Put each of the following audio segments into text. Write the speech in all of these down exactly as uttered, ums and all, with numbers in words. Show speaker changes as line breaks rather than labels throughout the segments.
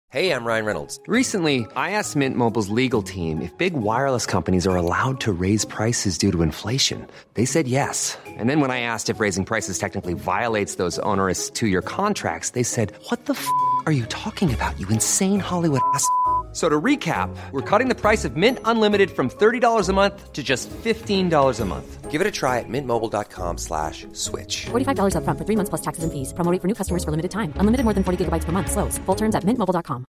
Hey, I'm Ryan Reynolds.
Recently, I asked Mint Mobile's legal team if big wireless companies are allowed to raise prices due to inflation. They said yes. And then when I asked if raising prices technically violates those onerous two-year contracts, they said, what the f*** are you talking about, you insane Hollywood ass f- So to recap, we're cutting the price of Mint Unlimited from thirty dollars a month to just fifteen dollars a month.
Give it a try at mintmobile.com slash switch.
forty-five dollars up front for three months plus taxes and fees. Promo rate for new customers for limited time. Unlimited more than forty gigabytes per month. Slows full terms at mint mobile dot com.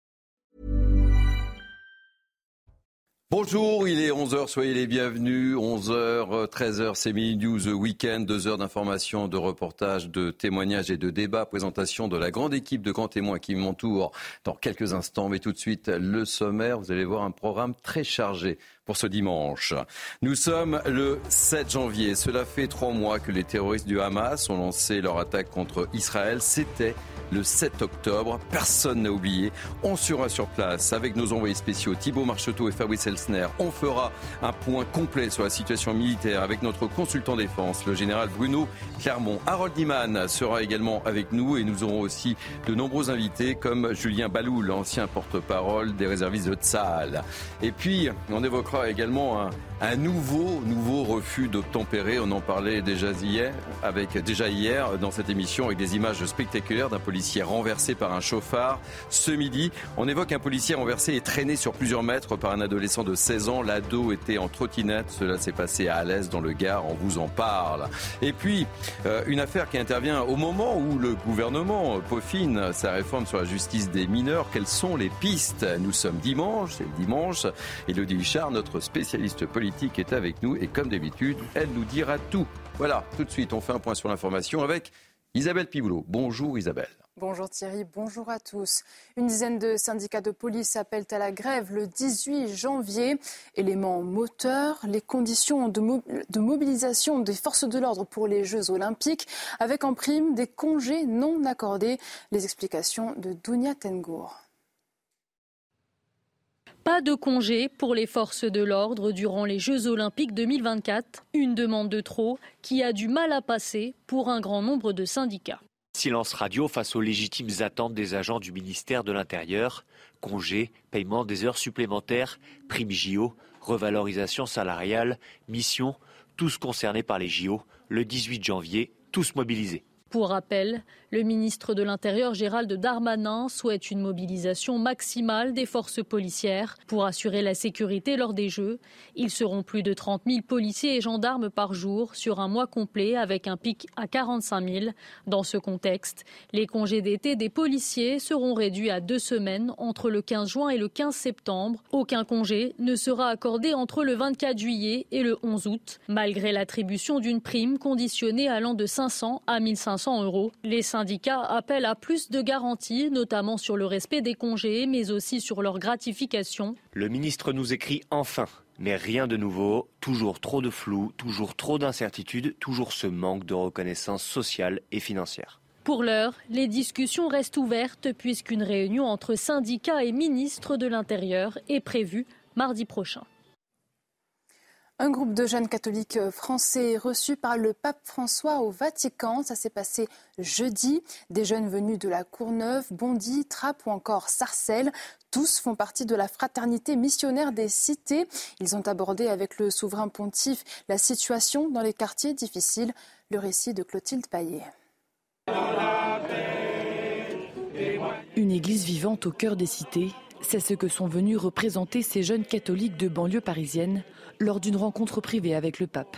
Bonjour, il est onze heures, soyez les bienvenus. onze heures, treize heures, c'est Midi News Weekend. Deux heures d'informations, de reportages, de témoignages et de débats. Présentation de la grande équipe de grands témoins qui m'entoure dans quelques instants. Mais tout de suite, le sommaire. Vous allez voir un programme très chargé pour ce dimanche. Nous sommes le sept janvier. Cela fait trois mois que les terroristes du Hamas ont lancé leur attaque contre Israël. C'était le sept octobre. Personne n'a oublié. On sera sur place avec nos envoyés spéciaux Thibaut Marcheteau et Fabrice Elsner. On fera un point complet sur la situation militaire avec notre consultant défense, le général Bruno Clermont. Harold Iman sera également avec nous et nous aurons aussi de nombreux invités comme Julien Balou, l'ancien porte-parole des réservistes de Tsahal. Et puis, on évoquera également un, un nouveau, nouveau refus d'obtempérer. On en parlait déjà hier, avec, déjà hier dans cette émission avec des images spectaculaires d'un policier renversé par un chauffard. Ce midi, on évoque un policier renversé et traîné sur plusieurs mètres par un adolescent de seize ans. L'ado était en trottinette. Cela s'est passé à Alès dans le Gard. On vous en parle. Et puis, euh, une affaire qui intervient au moment où le gouvernement peaufine sa réforme sur la justice des mineurs. Quelles sont les pistes ? Nous sommes dimanche, c'est le dimanche. Élodie Huchard, notre spécialiste politique, est avec nous. Et comme d'habitude, elle nous dira tout. Voilà, tout de suite, on fait un point sur l'information avec Isabelle Piboulot. Bonjour Isabelle.
Bonjour Thierry, bonjour à tous. Une dizaine de syndicats de police appellent à la grève le dix-huit janvier. Élément moteur, les conditions de, mo- de mobilisation des forces de l'ordre pour les Jeux Olympiques, avec en prime des congés non accordés. Les explications de Dounia Tengour.
Pas de congé pour les forces de l'ordre durant les Jeux Olympiques deux mille vingt-quatre. Une demande de trop qui a du mal à passer pour un grand nombre de syndicats.
Silence radio face aux légitimes attentes des agents du ministère de l'Intérieur. Congés, paiement des heures supplémentaires, primes J O, revalorisation salariale, mission, tous concernés par les J O. Le dix-huit janvier, tous mobilisés.
Pour rappel, le ministre de l'Intérieur Gérald Darmanin souhaite une mobilisation maximale des forces policières pour assurer la sécurité lors des Jeux. Ils seront plus de trente mille policiers et gendarmes par jour sur un mois complet avec un pic à quarante-cinq mille. Dans ce contexte, les congés d'été des policiers seront réduits à deux semaines entre le quinze juin et le quinze septembre. Aucun congé ne sera accordé entre le vingt-quatre juillet et le onze août, malgré l'attribution d'une prime conditionnée allant de cinq cents à mille cinq cents euros. Les syndicats appellent à plus de garanties, notamment sur le respect des congés, mais aussi sur leur gratification.
Le ministre nous écrit enfin, mais rien de nouveau, toujours trop de flou, toujours trop d'incertitudes, toujours ce manque de reconnaissance sociale et financière.
Pour l'heure, les discussions restent ouvertes puisqu'une réunion entre syndicats et ministres de l'Intérieur est prévue mardi prochain.
Un groupe de jeunes catholiques français reçus par le pape François au Vatican. Ça s'est passé jeudi. Des jeunes venus de la Courneuve, Bondy, Trappes ou encore Sarcelles. Tous font partie de la fraternité missionnaire des cités. Ils ont abordé avec le souverain pontife la situation dans les quartiers difficiles. Le récit de Clotilde Paillet.
Une église vivante au cœur des cités, c'est ce que sont venus représenter ces jeunes catholiques de banlieue parisienne lors d'une rencontre privée avec le pape.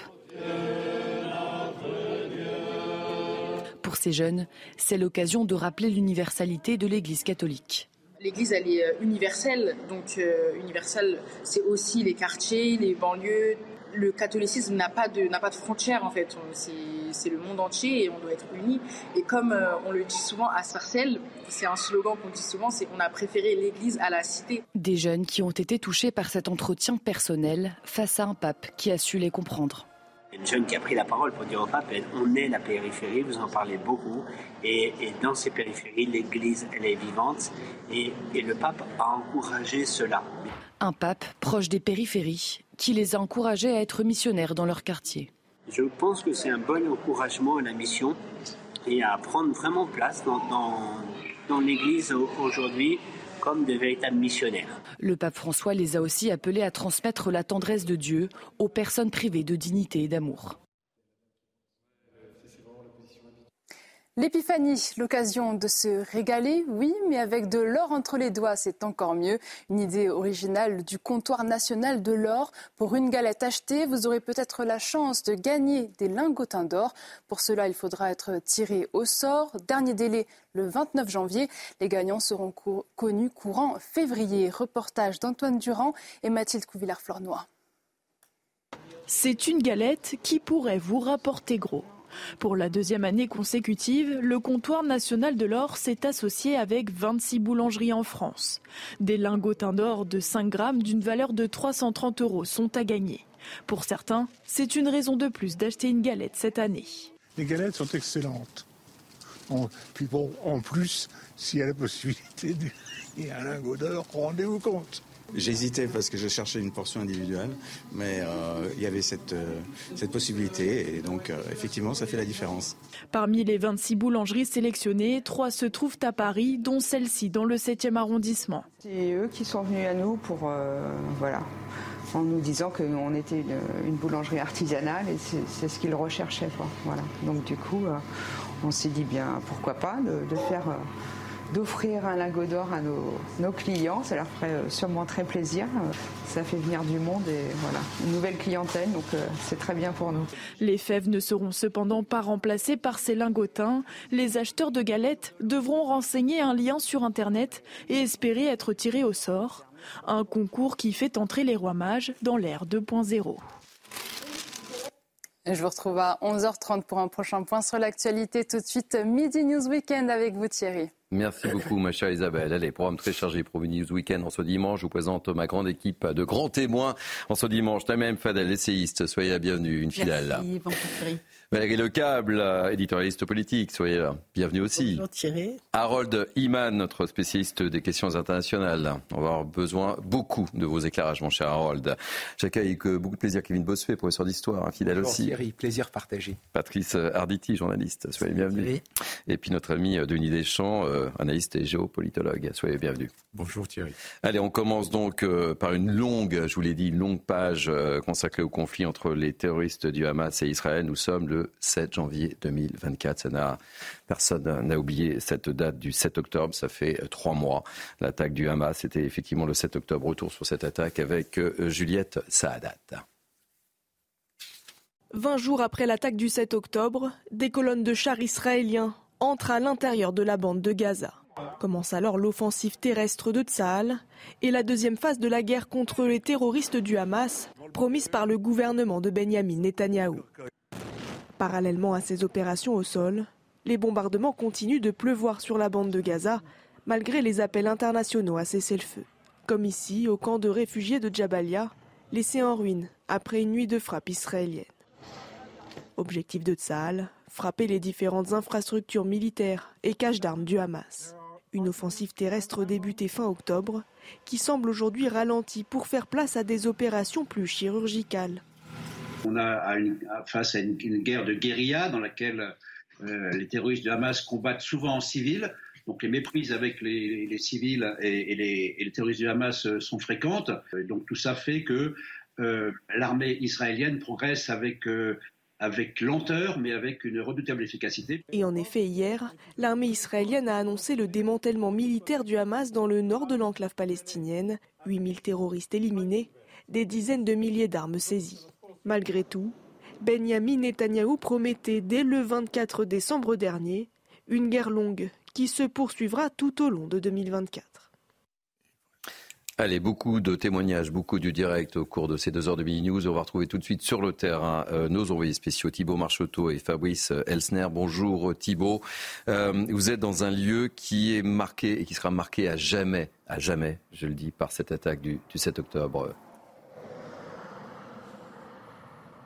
Pour ces jeunes, c'est l'occasion de rappeler l'universalité de l'église catholique.
L'église, elle est universelle, donc euh, universelle, c'est aussi les quartiers, les banlieues. Le catholicisme n'a pas de, n'a pas de frontières en fait, c'est, c'est le monde entier et on doit être unis. Et comme euh, on le dit souvent à Sarcelles, c'est un slogan qu'on dit souvent, c'est qu'on a préféré l'église à la cité.
Des jeunes qui ont été touchés par cet entretien personnel face à un pape qui a su les comprendre.
Une jeune qui a pris la parole pour dire au pape, on est la périphérie, vous en parlez beaucoup, et, et dans ces périphéries, l'église, elle est vivante, et, et le pape a encouragé cela.
Un pape proche des périphéries qui les a encouragés à être missionnaires dans leur quartier.
Je pense que c'est un bon encouragement à la mission et à prendre vraiment place dans, dans, dans l'église aujourd'hui comme de véritables missionnaires.
Le pape François les a aussi appelés à transmettre la tendresse de Dieu aux personnes privées de dignité et d'amour.
L'épiphanie, l'occasion de se régaler, oui, mais avec de l'or entre les doigts, c'est encore mieux. Une idée originale du comptoir national de l'or. Pour une galette achetée, vous aurez peut-être la chance de gagner des lingotins d'or. Pour cela, il faudra être tiré au sort. Dernier délai, le vingt-neuf janvier. Les gagnants seront co- connus courant février. Reportage d'Antoine Durand et Mathilde Couvillard-Flornoy.
C'est une galette qui pourrait vous rapporter gros. Pour la deuxième année consécutive, le comptoir national de l'or s'est associé avec vingt-six boulangeries en France. Des lingotins d'or de cinq grammes d'une valeur de trois cent trente euros sont à gagner. Pour certains, c'est une raison de plus d'acheter une galette cette année.
Les galettes sont excellentes. On, puis bon, en plus, s'il y a la possibilité de gagner un lingot d'or, rendez-vous compte.
J'hésitais parce que je cherchais une portion individuelle, mais euh, il y avait cette, euh, cette possibilité et donc euh, effectivement ça fait la différence.
Parmi les vingt-six boulangeries sélectionnées, trois se trouvent à Paris, dont celle-ci dans le septième arrondissement.
C'est eux qui sont venus à nous pour, euh, voilà, en nous disant qu'on était une, une boulangerie artisanale et c'est, c'est ce qu'ils recherchaient, quoi. Voilà. Donc du coup, euh, on s'est dit bien pourquoi pas de, de faire... Euh, d'offrir un lingot d'or à nos, nos clients, ça leur ferait sûrement très plaisir. Ça fait venir du monde et voilà, une nouvelle clientèle, donc c'est très bien pour nous.
Les fèves ne seront cependant pas remplacées par ces lingotins. Les acheteurs de galettes devront renseigner un lien sur Internet et espérer être tirés au sort. Un concours qui fait entrer les rois mages dans l'ère deux point zéro.
Je vous retrouve à onze heures trente pour un prochain point sur l'actualité. Tout de suite, Midi News Weekend avec vous Thierry.
Merci beaucoup ma chère Isabelle. Allez, programme très chargé pour Midi News Weekend en ce dimanche. Je vous présente ma grande équipe de grands témoins en ce dimanche. Tamem Fadel, essayiste, soyez la bienvenue, une fidèle.
Merci, bonjour Thierry.
Valérie Lecable, éditorialiste politique, soyez là. Bienvenue aussi.
Bonjour Thierry.
Harold Iman, notre spécialiste des questions internationales. On va avoir besoin beaucoup de vos éclairages, mon cher Harold. J'accueille avec beaucoup de plaisir Kevin Bossuet, professeur d'histoire, hein, fidèle
bonjour
aussi.
Thierry, plaisir partagé.
Patrice Arditi, journaliste, soyez bienvenue. Et puis notre ami Denis Deschamps, euh, analyste et géopolitologue, soyez bienvenue.
Bonjour Thierry.
Allez, on commence donc euh, par une longue, je vous l'ai dit, une longue page euh, consacrée au conflit entre les terroristes du Hamas et Israël. Nous sommes le sept janvier deux mille vingt-quatre. Ça n'a, personne n'a oublié cette date du sept octobre. Ça fait trois mois. L'attaque du Hamas, c'était effectivement le sept octobre. Retour sur cette attaque avec euh, Juliette Saadat.
vingt jours après l'attaque du sept octobre, des colonnes de chars israéliens entrent à l'intérieur de la bande de Gaza. Commence alors l'offensive terrestre de Tsahal et la deuxième phase de la guerre contre les terroristes du Hamas, promise par le gouvernement de Benyamin Netanyahou. Parallèlement à ces opérations au sol, les bombardements continuent de pleuvoir sur la bande de Gaza, malgré les appels internationaux à cesser le feu. Comme ici, au camp de réfugiés de Jabalia, laissé en ruine après une nuit de frappe israélienne. Objectif de Tsahal, frapper les différentes infrastructures militaires et caches d'armes du Hamas. Une offensive terrestre débutée fin octobre, qui semble aujourd'hui ralentie pour faire place à des opérations plus chirurgicales.
On a une, face à une, une guerre de guérilla dans laquelle euh, les terroristes du Hamas combattent souvent en civil. Donc les méprises avec les, les civils et, et, les, et les terroristes du Hamas sont fréquentes. Donc tout ça fait que euh, l'armée israélienne progresse avec... Euh, avec lenteur, mais avec une redoutable efficacité.
Et en effet, hier, l'armée israélienne a annoncé le démantèlement militaire du Hamas dans le nord de l'enclave palestinienne, huit mille terroristes éliminés, des dizaines de milliers d'armes saisies. Malgré tout, Benyamin Netanyahou promettait dès le vingt-quatre décembre dernier une guerre longue qui se poursuivra tout au long de deux mille vingt-quatre.
Allez, beaucoup de témoignages, beaucoup du direct au cours de ces deux heures de Midi News. On va retrouver tout de suite sur le terrain euh, nos envoyés spéciaux Thibaut Marcheteau et Fabrice Elsner. Bonjour Thibaut. Euh, vous êtes dans un lieu qui est marqué et qui sera marqué à jamais, à jamais, je le dis, par cette attaque du, du sept octobre.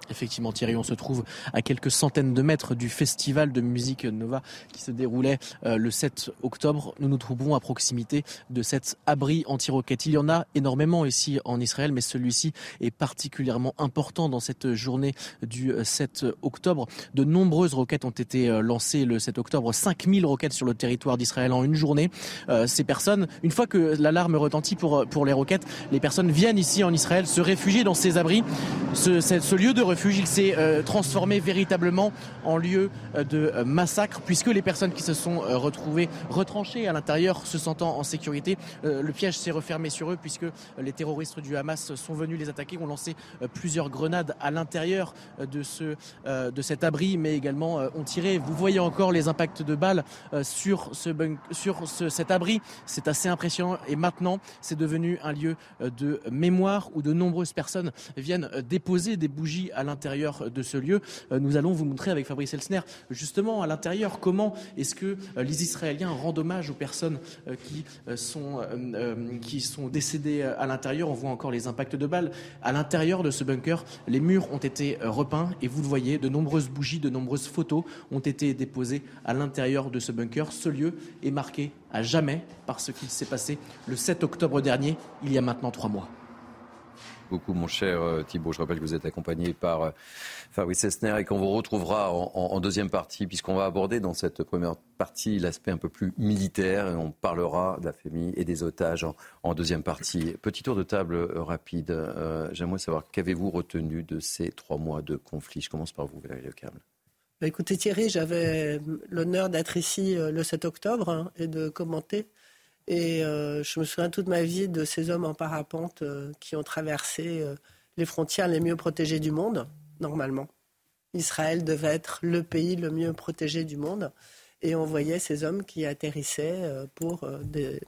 Effectivement Thierry, on se trouve à quelques centaines de mètres du festival de musique Nova qui se déroulait euh, le sept octobre. Nous nous trouvons à proximité de cet abri anti-roquettes. Il y en a énormément ici en Israël, mais celui-ci est particulièrement important dans cette journée du sept octobre. De nombreuses roquettes ont été lancées le sept octobre, cinq mille roquettes sur le territoire d'Israël en une journée. Euh, ces personnes, une fois que l'alarme retentit pour, pour les roquettes, les personnes viennent ici en Israël se réfugier dans ces abris. Ce, ce, ce lieu de refuge il s'est euh, transformé véritablement en lieu euh, de euh, massacre, puisque les personnes qui se sont euh, retrouvées retranchées à l'intérieur, se sentant en sécurité, euh, le piège s'est refermé sur eux, puisque euh, les terroristes du Hamas sont venus les attaquer, ont lancé euh, plusieurs grenades à l'intérieur euh, de, ce, euh, de cet abri, mais également euh, ont tiré. Vous voyez encore les impacts de balles euh, sur, ce bunk- sur ce, cet abri. C'est assez impressionnant, et maintenant c'est devenu un lieu euh, de mémoire où de nombreuses personnes viennent euh, déposer des bougies à l'intérieur de ce lieu. Nous allons vous montrer avec Fabrice Elsner justement à l'intérieur comment est-ce que les Israéliens rendent hommage aux personnes qui sont, qui sont décédées à l'intérieur. On voit encore les impacts de balles. À l'intérieur de ce bunker, les murs ont été repeints et vous le voyez, de nombreuses bougies, de nombreuses photos ont été déposées à l'intérieur de ce bunker. Ce lieu est marqué à jamais par ce qu'il s'est passé le sept octobre dernier, il y a maintenant trois mois.
Beaucoup, mon cher Thibault. Je rappelle que vous êtes accompagné par Fabrice Elsner et qu'on vous retrouvera en, en, en deuxième partie, puisqu'on va aborder dans cette première partie l'aspect un peu plus militaire et on parlera de la famille et des otages en, en deuxième partie. Petit tour de table rapide. Euh, j'aimerais savoir qu'avez-vous retenu de ces trois mois de conflit. Je commence par vous, Valérie Lecable.
Bah écoutez Thierry, j'avais l'honneur d'être ici le sept octobre hein, et de commenter. Et euh, je me souviens toute ma vie de ces hommes en parapente euh, qui ont traversé euh, les frontières les mieux protégées du monde, normalement. Israël devait être le pays le mieux protégé du monde. Et on voyait ces hommes qui atterrissaient euh, pour euh, des,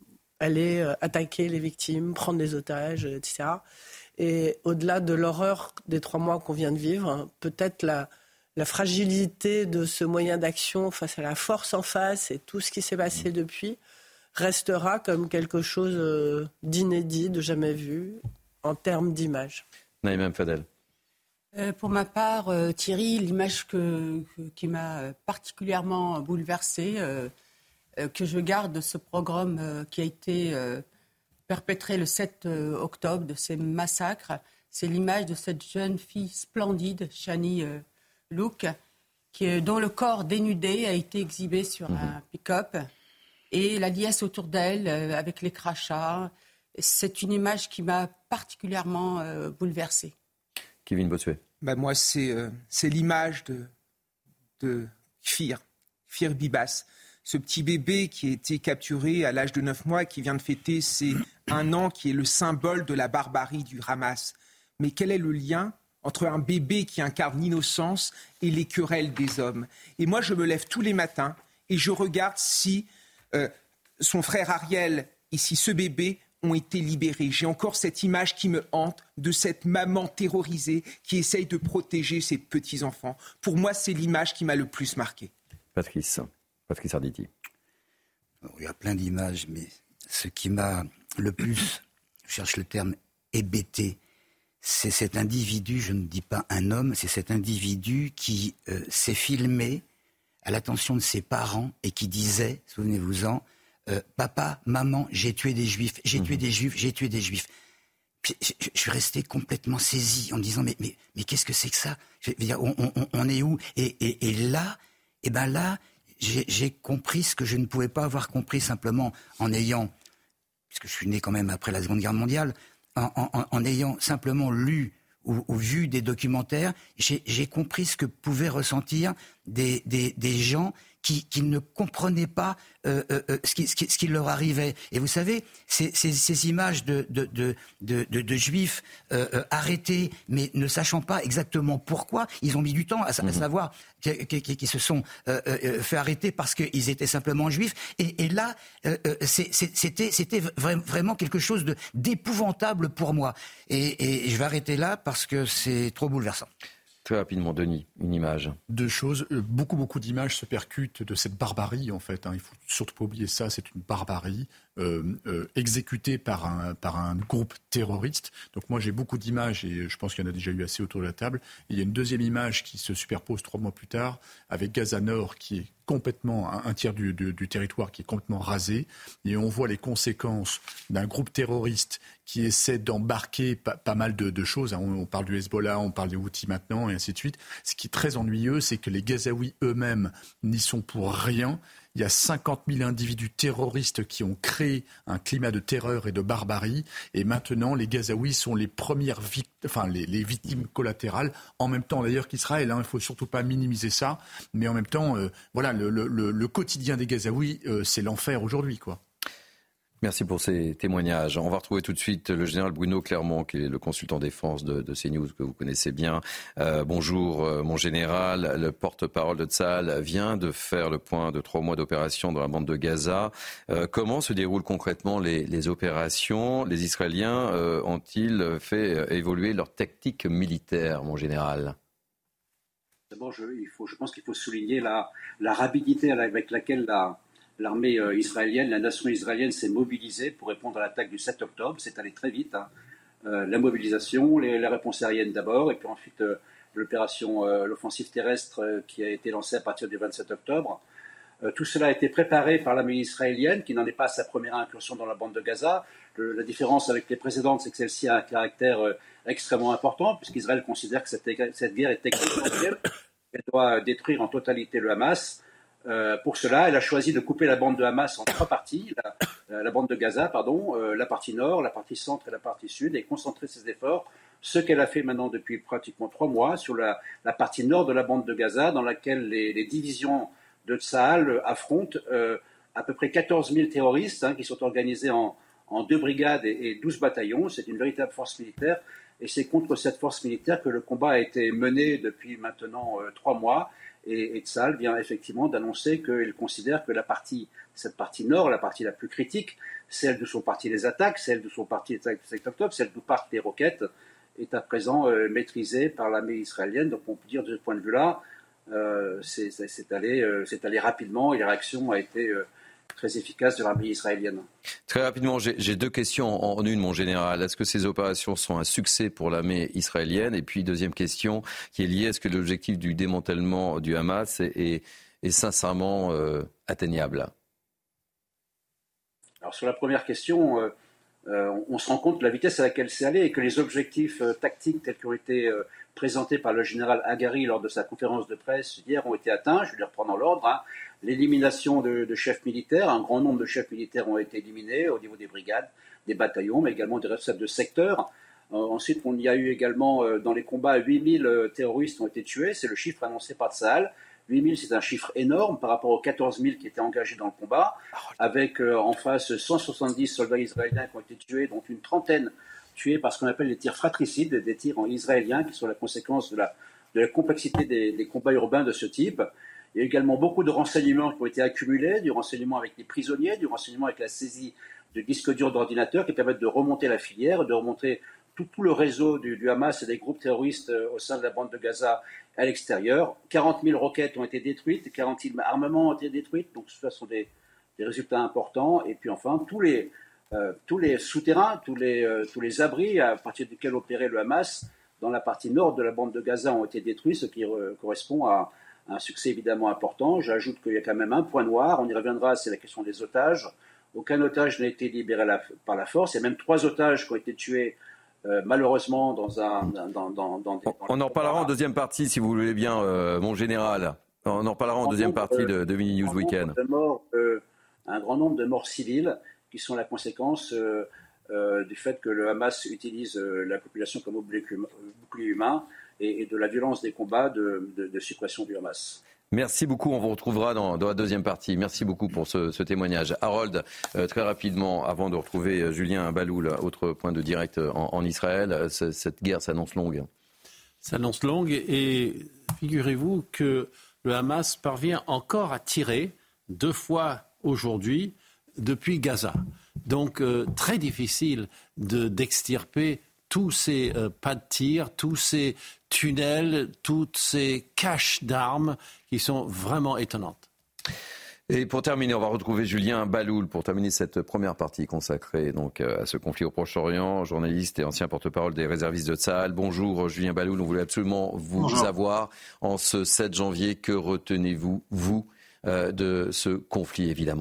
aller euh, attaquer les victimes, prendre des otages, et cetera. Et au-delà de l'horreur des trois mois qu'on vient de vivre, hein, peut-être la, la fragilité de ce moyen d'action face à la force en face et tout ce qui s'est passé depuis restera comme quelque chose d'inédit, de jamais vu, en termes d'image.
Naïma M. Fadel.
Euh, pour ma part, euh, Thierry, l'image que, que, qui m'a particulièrement bouleversée, euh, euh, que je garde de ce pogrom euh, qui a été euh, perpétré le sept octobre, de ces massacres, c'est l'image de cette jeune fille splendide, Shani euh, Louk, qui, dont le corps dénudé a été exhibé sur mmh. un pick-up. Et la liesse autour d'elle, euh, avec les crachats, c'est une image qui m'a particulièrement euh, bouleversée.
Kevin Bossuet.
Bah moi, c'est, euh, c'est l'image de, de Kfir, Kfir Bibas, ce petit bébé qui a été capturé à l'âge de neuf mois, qui vient de fêter ses un an, qui est le symbole de la barbarie du Hamas. Mais quel est le lien entre un bébé qui incarne l'innocence et les querelles des hommes ? Et moi, je me lève tous les matins et je regarde si... Euh, son frère Ariel et si ce bébé ont été libérés. J'ai encore cette image qui me hante de cette maman terrorisée qui essaye de protéger ses petits-enfants. Pour moi, c'est l'image qui m'a le plus marqué.
Patrice, Patrice Arditi.
Il y a plein d'images, mais ce qui m'a le plus, je cherche le terme, hébété, c'est cet individu, je ne dis pas un homme, c'est cet individu qui euh, s'est filmé à l'attention de ses parents et qui disait, souvenez-vous-en, euh, papa, maman, j'ai tué des juifs, j'ai mmh. tué des juifs, j'ai tué des juifs. Puis, je, je suis resté complètement saisi en me disant mais, mais, mais qu'est-ce que c'est que ça ? Je veux dire, on, on, on est où ? et, et, et là, et ben là, j'ai, j'ai compris ce que je ne pouvais pas avoir compris simplement en ayant, puisque je suis né quand même après la Seconde Guerre mondiale, en, en, en ayant simplement lu ou, ou vu des documentaires, j'ai, j'ai compris ce que pouvaient ressentir des, des, des gens qui, qui ne comprenaient pas euh, euh, ce, qui, ce, qui, ce qui leur arrivait. Et vous savez, ces, ces, ces images de, de, de, de, de, de juifs euh, euh, arrêtés, mais ne sachant pas exactement pourquoi, ils ont mis du temps à, à savoir qu'ils se sont euh, euh, fait arrêter parce qu'ils étaient simplement juifs. Et, et là, euh, c'est, c'est, c'était, c'était vra- vraiment quelque chose de, d'épouvantable pour moi. Et, et je vais arrêter là parce que c'est trop bouleversant.
Très rapidement, Denis, une image.
Deux choses. Beaucoup, beaucoup d'images se percutent de cette barbarie, en fait. Hein. Il ne faut surtout pas oublier ça. C'est une barbarie. euh, euh, exécuté par un, par un groupe terroriste. Donc moi j'ai beaucoup d'images et je pense qu'il y en a déjà eu assez autour de la table. Et il y a une deuxième image qui se superpose trois mois plus tard avec Gaza Nord qui est complètement, un, un tiers du, du, du territoire qui est complètement rasé. Et on voit les conséquences d'un groupe terroriste qui essaie d'embarquer pas, pas mal de, de choses. On, on parle du Hezbollah, on parle des Houthis maintenant, et ainsi de suite. Ce qui est très ennuyeux, c'est que les Gazaouis eux-mêmes n'y sont pour rien. Il y a cinquante mille individus terroristes qui ont créé un climat de terreur et de barbarie. Et maintenant, les Gazaouis sont les premières victimes, enfin les, les victimes collatérales. En même temps, d'ailleurs, qu'Israël, hein, il ne faut surtout pas minimiser ça. Mais en même temps, euh, voilà, le, le, le quotidien des Gazaouis, euh, c'est l'enfer aujourd'hui, quoi.
Merci pour ces témoignages. On va retrouver tout de suite le général Bruno Clermont, qui est le consultant défense de, de CNews, que vous connaissez bien. Euh, bonjour, euh, mon général. Le porte-parole de Tsahal vient de faire le point de trois mois d'opération dans la bande de Gaza. Euh, comment se déroulent concrètement les, les opérations ? Les Israéliens euh, ont-ils fait évoluer leur tactique militaire, mon général ?
D'abord, je, il faut, je pense qu'il faut souligner la, la rapidité avec laquelle la... L'armée euh, israélienne, la nation israélienne s'est mobilisée pour répondre à l'attaque du sept octobre. C'est allé très vite. Hein. Euh, la mobilisation, les, la réponse aérienne d'abord, et puis ensuite euh, l'opération, euh, l'offensive terrestre euh, qui a été lancée à partir du vingt-sept octobre. Euh, tout cela a été préparé par l'armée israélienne, qui n'en est pas à sa première incursion dans la bande de Gaza. Le, la différence avec les précédentes, c'est que celle-ci a un caractère euh, extrêmement important, puisqu'Israël considère que cette, cette guerre est existentielle. Elle doit détruire en totalité le Hamas. Euh, pour cela, elle a choisi de couper la bande de Hamas en trois parties, la, la bande de Gaza, pardon, euh, la partie nord, la partie centre et la partie sud, et concentrer ses efforts, ce qu'elle a fait maintenant depuis pratiquement trois mois, sur la, la partie nord de la bande de Gaza, dans laquelle les, les divisions de Tsahal affrontent euh, à peu près quatorze mille terroristes hein, qui sont organisés en, en deux brigades et, et douze bataillons. C'est une véritable force militaire, et c'est contre cette force militaire que le combat a été mené depuis maintenant euh, trois mois. Et, et Tsahal vient effectivement d'annoncer qu'il considère que la partie, cette partie nord, la partie la plus critique, celle d'où sont parties les attaques, celle d'où sont parties les attaques du sept octobre, celle d'où partent les roquettes, est à présent euh, maîtrisée par l'armée israélienne. Donc on peut dire de ce point de vue-là, euh, c'est, c'est, c'est, allé, euh, c'est allé rapidement et la réaction a été euh, très efficace de l'armée israélienne.
Très rapidement, j'ai, j'ai deux questions en, en une, mon général. Est-ce que ces opérations sont un succès pour l'armée israélienne ? Et puis, deuxième question qui est liée, est-ce que l'objectif du démantèlement du Hamas est, est, est sincèrement euh, atteignable ?
Alors, sur la première question, euh, euh, on, on se rend compte de la vitesse à laquelle c'est allé et que les objectifs euh, tactiques tels qu'ils ont été euh, présentés par le général Hagari lors de sa conférence de presse hier ont été atteints. Je vais les reprendre dans l'ordre. Hein. L'élimination de, de chefs militaires, un grand nombre de chefs militaires ont été éliminés au niveau des brigades, des bataillons, mais également des responsables de secteurs. Euh, ensuite, on y a eu également euh, dans les combats huit mille euh, terroristes ont été tués, c'est le chiffre annoncé par Tsahal. huit mille, c'est un chiffre énorme par rapport aux quatorze mille qui étaient engagés dans le combat, avec euh, en face cent soixante-dix soldats israéliens qui ont été tués, dont une trentaine tués par ce qu'on appelle les tirs fratricides, des tirs en israéliens qui sont la conséquence de la, de la complexité des, des combats urbains de ce type. Il y a également beaucoup de renseignements qui ont été accumulés, du renseignement avec les prisonniers, du renseignement avec la saisie de disques durs d'ordinateurs qui permettent de remonter la filière, de remonter tout, tout le réseau du, du Hamas et des groupes terroristes au sein de la bande de Gaza à l'extérieur. quarante mille roquettes ont été détruites, quarante mille armements ont été détruits, donc ce sont des, des résultats importants. Et puis enfin, tous les, euh, tous les souterrains, tous les, euh, tous les abris à partir desquels opérait le Hamas dans la partie nord de la bande de Gaza ont été détruits, ce qui euh, correspond à un succès évidemment important. J'ajoute qu'il y a quand même un point noir, on y reviendra, c'est la question des otages. Aucun otage n'a été libéré la, par la force. Il y a même trois otages qui ont été tués euh, malheureusement dans un... Dans, dans, dans des, dans
on en reparlera en deuxième partie si vous voulez bien, euh, mon général. On en reparlera en, en deuxième nombre, partie de, de Mini News Weekend.
De morts, euh, un grand nombre de morts civiles qui sont la conséquence euh, euh, du fait que le Hamas utilise euh, la population comme bouclier humain et de la violence des combats de, de, de suppression du Hamas.
Merci beaucoup, on vous retrouvera dans, dans la deuxième partie. Merci beaucoup pour ce, ce témoignage. Harold, euh, très rapidement, avant de retrouver euh, Julien Baloul, autre point de direct en, en Israël, c- cette guerre s'annonce longue.
S'annonce longue et figurez-vous que le Hamas parvient encore à tirer deux fois aujourd'hui depuis Gaza. Donc euh, très difficile de, d'extirper tous ces euh, pas de tir, tous ces tunnels, toutes ces caches d'armes qui sont vraiment étonnantes.
Et pour terminer, on va retrouver Julien Baloul pour terminer cette première partie consacrée donc à ce conflit au Proche-Orient, journaliste et ancien porte-parole des réservistes de Tsahal. Bonjour Julien Baloul, on voulait absolument vous Bonjour. avoir en ce sept janvier. Que retenez-vous, vous, euh, de ce conflit évidemment ?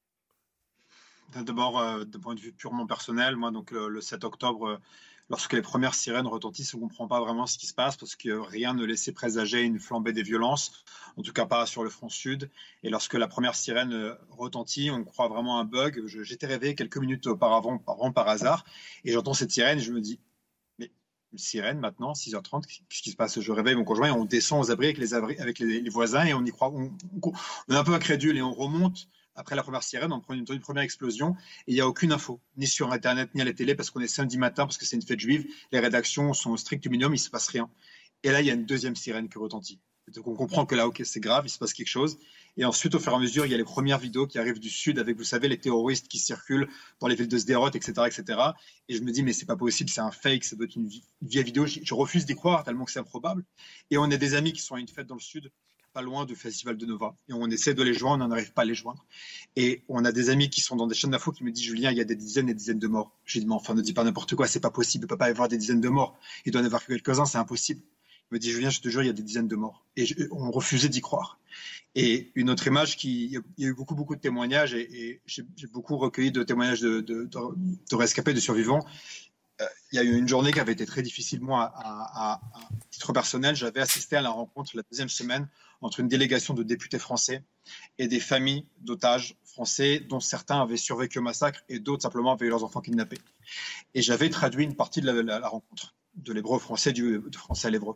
D'abord, euh, d'un point de vue purement personnel, moi donc le, le sept octobre, euh, lorsque les premières sirènes retentissent, on ne comprend pas vraiment ce qui se passe parce que rien ne laissait présager une flambée des violences, en tout cas pas sur le front sud. Et lorsque la première sirène retentit, on croit vraiment à un bug. Je, j'étais réveillé quelques minutes auparavant par, par hasard et j'entends cette sirène et je me dis mais une sirène maintenant, six heures trente, qu'est-ce qui se passe ? Je réveille mon conjoint et on descend aux abris avec les, abris, avec les, les voisins et on y croit, on, on, on est un peu incrédule et on remonte. Après la première sirène, on prend une, une première explosion et il n'y a aucune info, ni sur Internet, ni à la télé, parce qu'on est samedi matin, parce que c'est une fête juive. Les rédactions sont au strict minimum, il ne se passe rien. Et là, il y a une deuxième sirène qui retentit. Donc on comprend que là, ok, c'est grave, il se passe quelque chose. Et ensuite, au fur et à mesure, il y a les premières vidéos qui arrivent du sud avec, vous savez, les terroristes qui circulent dans les villes de Sderot, et cetera, et cetera. Et je me dis, mais c'est pas possible, c'est un fake, ça doit être une vieille vidéo. Je, je refuse d'y croire tellement que c'est improbable. Et on a des amis qui sont à une fête dans le sud, pas loin du festival de Nova. Et on essaie de les joindre, on n'arrive pas à les joindre. Et on a des amis qui sont dans des chaînes d'infos qui me disent, Julien, il y a des dizaines et des dizaines de morts. Je lui dis, mais enfin, ne dis pas n'importe quoi, c'est pas possible, il ne peut pas y avoir des dizaines de morts. Il doit y en avoir quelques-uns, c'est impossible. Il me dit, Julien, je te jure, il y a des dizaines de morts. Et je, on refusait d'y croire. Et une autre image, qui, il y a eu beaucoup, beaucoup de témoignages, et, et j'ai, j'ai beaucoup recueilli de témoignages de, de, de, de rescapés, de survivants. Euh, il y a eu une journée qui avait été très difficile. Moi, à, à, à titre personnel, j'avais assisté à la rencontre la deuxième semaine entre une délégation de députés français et des familles d'otages français, dont certains avaient survécu au massacre et d'autres simplement avaient eu leurs enfants kidnappés. Et j'avais traduit une partie de la, la, la rencontre, de l'hébreu au français, du de français à l'hébreu.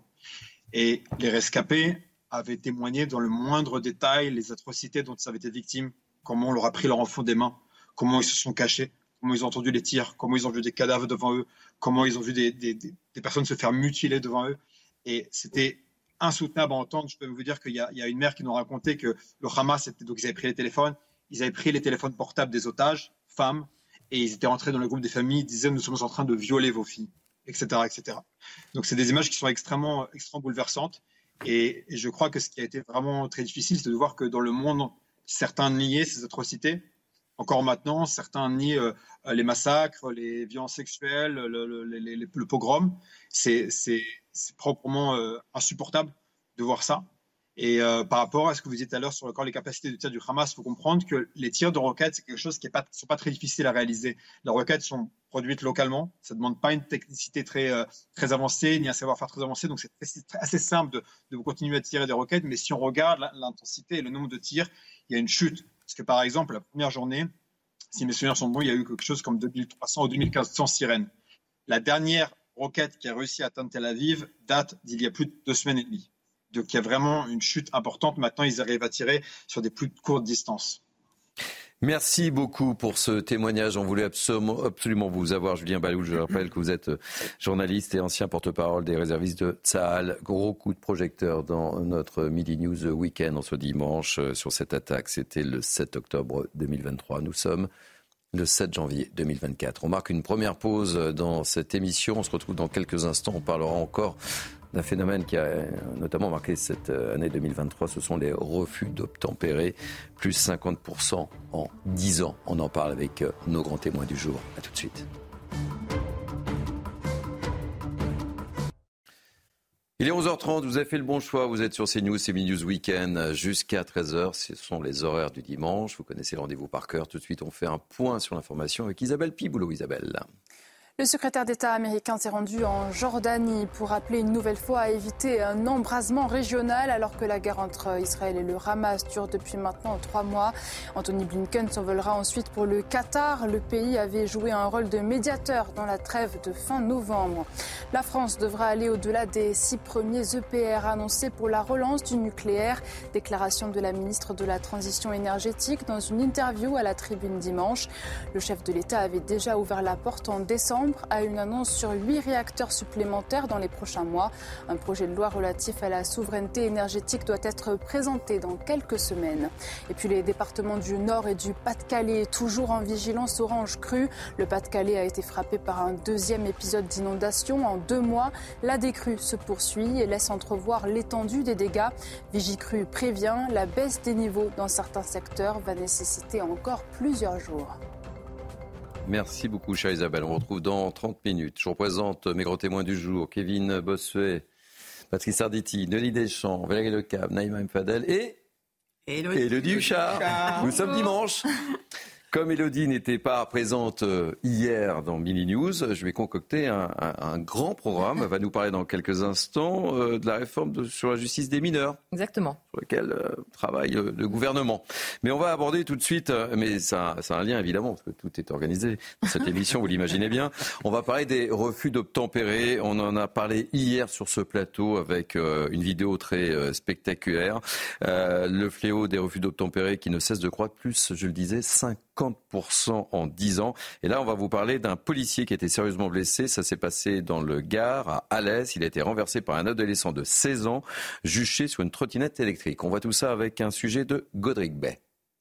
Et les rescapés avaient témoigné dans le moindre détail les atrocités dont ils avaient été victimes, comment on leur a pris leur enfant des mains, comment ils se sont cachés, comment ils ont entendu les tirs, comment ils ont vu des cadavres devant eux, comment ils ont vu des, des, des, des personnes se faire mutiler devant eux. Et c'était insoutenable à entendre. Je peux vous dire qu'il y a, il y a une mère qui nous racontait que le Hamas, était, donc ils avaient pris les téléphones, ils avaient pris les téléphones portables des otages, femmes, et ils étaient rentrés dans le groupe des familles, ils disaient, nous sommes en train de violer vos filles, et cetera, et cetera. Donc c'est des images qui sont extrêmement, extrêmement bouleversantes. Et, et je crois que ce qui a été vraiment très difficile, c'est de voir que dans le monde, certains niaient ces atrocités. Encore maintenant, certains nient euh, les massacres, les violences sexuelles, le, le, le, le, le pogrom. C'est, c'est, c'est proprement euh, insupportable de voir ça. Et euh, par rapport à ce que vous disiez tout à l'heure sur encore les capacités de tir du Hamas, il faut comprendre que les tirs de roquettes, c'est quelque chose qui ne sont pas très difficiles à réaliser. Les roquettes sont produites localement, ça ne demande pas une technicité très, euh, très avancée, ni un savoir-faire très avancé, donc c'est, c'est assez simple de, de continuer à tirer des roquettes, mais si on regarde l'intensité et le nombre de tirs, il y a une chute. Parce que par exemple, la première journée, si mes souvenirs sont bons, il y a eu quelque chose comme deux mille trois cents ou deux mille quatre cents sirènes. La dernière roquette qui a réussi à atteindre Tel Aviv date d'il y a plus de deux semaines et demie. Donc il y a vraiment une chute importante. Maintenant, ils arrivent à tirer sur des plus courtes distances.
Merci beaucoup pour ce témoignage. On voulait absolument, absolument vous avoir, Julien Baloul. Je rappelle que vous êtes journaliste et ancien porte-parole des réservistes de Tsahal. Gros coup de projecteur dans notre Midi News Week-end en ce dimanche sur cette attaque. C'était le sept octobre deux mille vingt-trois. Nous sommes le sept janvier deux mille vingt-quatre. On marque une première pause dans cette émission. On se retrouve dans quelques instants. On parlera encore d'un phénomène qui a notamment marqué cette année deux mille vingt-trois, ce sont les refus d'obtempérer, plus cinquante pour cent en dix ans. On en parle avec nos grands témoins du jour. A tout de suite. Il est onze heures trente, vous avez fait le bon choix, vous êtes sur CNews, c'est Midi News Weekend jusqu'à treize heures, ce sont les horaires du dimanche, vous connaissez le rendez-vous par cœur. Tout de suite, on fait un point sur l'information avec Isabelle Piboulot. Isabelle.
Le secrétaire d'État américain s'est rendu en Jordanie pour appeler une nouvelle fois à éviter un embrasement régional alors que la guerre entre Israël et le Hamas dure depuis maintenant trois mois. Anthony Blinken s'envolera ensuite pour le Qatar. Le pays avait joué un rôle de médiateur dans la trêve de fin novembre. La France devra aller au-delà des six premiers E P R annoncés pour la relance du nucléaire. Déclaration de la ministre de la Transition énergétique dans une interview à la Tribune dimanche. Le chef de l'État avait déjà ouvert la porte en décembre rompre à une annonce sur huit réacteurs supplémentaires dans les prochains mois. Un projet de loi relatif à la souveraineté énergétique doit être présenté dans quelques semaines. Et puis les départements du Nord et du Pas-de-Calais, toujours en vigilance orange crue. Le Pas-de-Calais a été frappé par un deuxième épisode d'inondation en deux mois. La décrue se poursuit et laisse entrevoir l'étendue des dégâts. Vigicru prévient, la baisse des niveaux dans certains secteurs va nécessiter encore plusieurs jours.
Merci beaucoup, chère Isabelle. On vous retrouve dans trente minutes. Je vous représente mes grands témoins du jour. Kevin Bossuet, Patrice Arditi, Nelly Deschamps, Valérie Lecab, Naïma M. Fadel et Élodie Huchard. Nous sommes dimanche. Comme Élodie n'était pas présente hier dans Mini News, je vais concocter un, un, un grand programme. Elle va nous parler dans quelques instants euh, de la réforme de, sur la justice des mineurs.
Exactement.
Sur laquelle euh, travaille euh, le gouvernement. Mais on va aborder tout de suite, euh, mais ça, ça a un lien évidemment, parce que tout est organisé dans cette émission, vous l'imaginez bien. On va parler des refus d'obtempérer. On en a parlé hier sur ce plateau avec euh, une vidéo très euh, spectaculaire. Euh, le fléau des refus d'obtempérer qui ne cesse de croître, plus, je le disais, cinquante pour cent en dix ans. Et là, on va vous parler d'un policier qui a été sérieusement blessé. Ça s'est passé dans le Gard, à Alès. Il a été renversé par un adolescent de seize ans, juché sur une trottinette électrique. On voit tout ça avec un sujet de Godric Bay.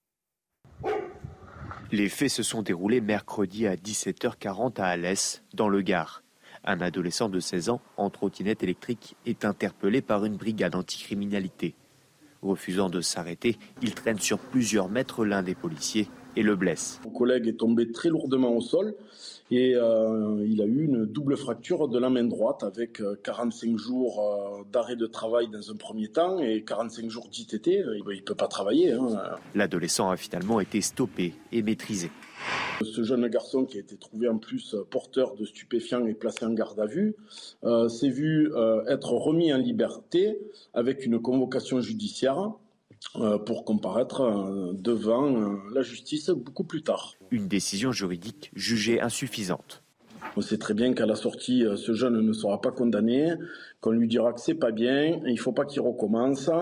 Les faits se sont déroulés mercredi à dix-sept heures quarante à Alès, dans le Gard. Un adolescent de seize ans, en trottinette électrique, est interpellé par une brigade anticriminalité. Refusant de s'arrêter, il traîne sur plusieurs mètres l'un des policiers et le blesse.
Mon collègue est tombé très lourdement au sol et euh, il a eu une double fracture de la main droite avec quarante-cinq jours euh, d'arrêt de travail dans un premier temps et quarante-cinq jours d'I T T. Il ne peut pas travailler. Hein.
L'adolescent a finalement été stoppé et maîtrisé.
Ce jeune garçon qui a été trouvé en plus porteur de stupéfiants et placé en garde à vue euh, s'est vu euh, être remis en liberté avec une convocation judiciaire euh, pour comparaître euh, devant euh, la justice beaucoup plus tard.
Une décision juridique jugée insuffisante.
On sait très bien qu'à la sortie, ce jeune ne sera pas condamné, qu'on lui dira que c'est pas bien, il ne faut pas qu'il recommence.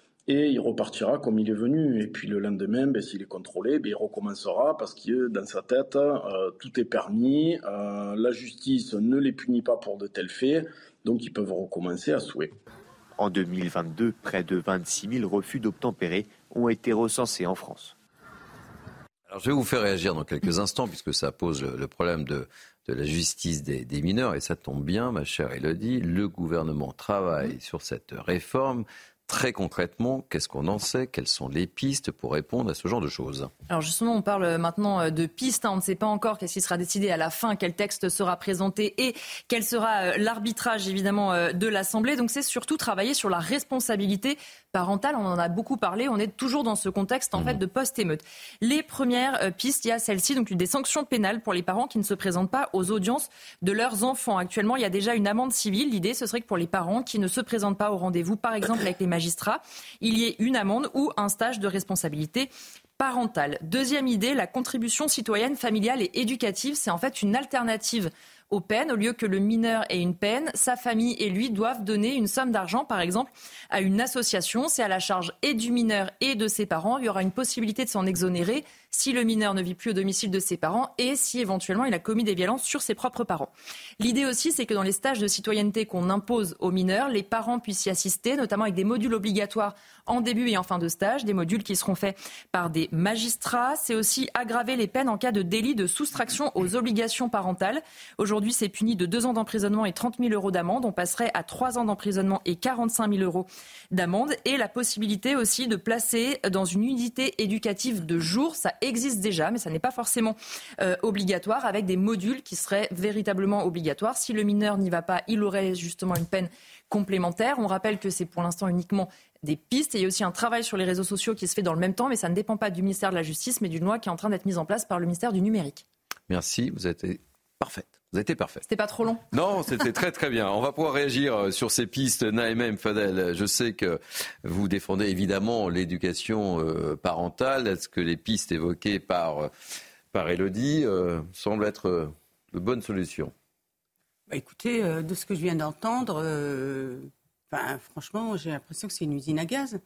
Et il repartira comme il est venu. Et puis le lendemain, ben, s'il est contrôlé, ben, il recommencera parce que dans sa tête, euh, tout est permis. Euh, la justice ne les punit pas pour de tels faits. Donc ils peuvent recommencer à souhait.
En deux mille vingt-deux, près de vingt-six mille refus d'obtempérer ont été recensés en France.
Alors, je vais vous faire réagir dans quelques instants puisque ça pose le, le problème de, de la justice des, des mineurs. Et ça tombe bien, ma chère Élodie. Le gouvernement travaille sur cette réforme. Très concrètement, qu'est-ce qu'on en sait? Quelles sont les pistes pour répondre à ce genre de choses?
Alors justement, on parle maintenant de pistes. On ne sait pas encore qu'est-ce qui sera décidé à la fin, quel texte sera présenté et quel sera l'arbitrage évidemment de l'Assemblée. Donc c'est surtout travailler sur la responsabilité parentale. On en a beaucoup parlé. On est toujours dans ce contexte en mmh. fait de post-émeute. Les premières pistes, il y a celle-ci, donc des sanctions pénales pour les parents qui ne se présentent pas aux audiences de leurs enfants. Actuellement, il y a déjà une amende civile. L'idée, ce serait que pour les parents qui ne se présentent pas au rendez-vous, par exemple avec les magistrats, il y ait une amende ou un stage de responsabilité parentale. Deuxième idée, la contribution citoyenne, familiale et éducative. C'est en fait une alternative aux peines. Au lieu que le mineur ait une peine, sa famille et lui doivent donner une somme d'argent, par exemple, à une association. C'est à la charge et du mineur et de ses parents. Il y aura une possibilité de s'en exonérer si le mineur ne vit plus au domicile de ses parents et si éventuellement il a commis des violences sur ses propres parents. L'idée aussi, c'est que dans les stages de citoyenneté qu'on impose aux mineurs, les parents puissent y assister, notamment avec des modules obligatoires en début et en fin de stage, des modules qui seront faits par des magistrats. C'est aussi aggraver les peines en cas de délit de soustraction aux obligations parentales. Aujourd'hui, c'est puni de deux ans d'emprisonnement et trente mille euros d'amende. On passerait à trois ans d'emprisonnement et quarante-cinq mille euros d'amende. Et la possibilité aussi de placer dans une unité éducative de jour. Ça existe déjà, mais ça n'est pas forcément euh, obligatoire, avec des modules qui seraient véritablement obligatoires. Si le mineur n'y va pas, il aurait justement une peine complémentaire. On rappelle que c'est pour l'instant uniquement des pistes. Et il y a aussi un travail sur les réseaux sociaux qui se fait dans le même temps, mais ça ne dépend pas du ministère de la Justice, mais d'une loi qui est en train d'être mise en place par le ministère du Numérique.
Merci, vous êtes parfaite. Vous avez été parfaite.
C'était pas trop long?
Non, c'était très très bien. On va pouvoir réagir sur ces pistes. Naïma M. Fadel, je sais que vous défendez évidemment l'éducation euh, parentale. Est-ce que les pistes évoquées par, par Élodie euh, semblent être euh, de bonnes solutions?
Bah écoutez, euh, de ce que je viens d'entendre, euh, bah, franchement, j'ai l'impression que c'est une usine à gaz.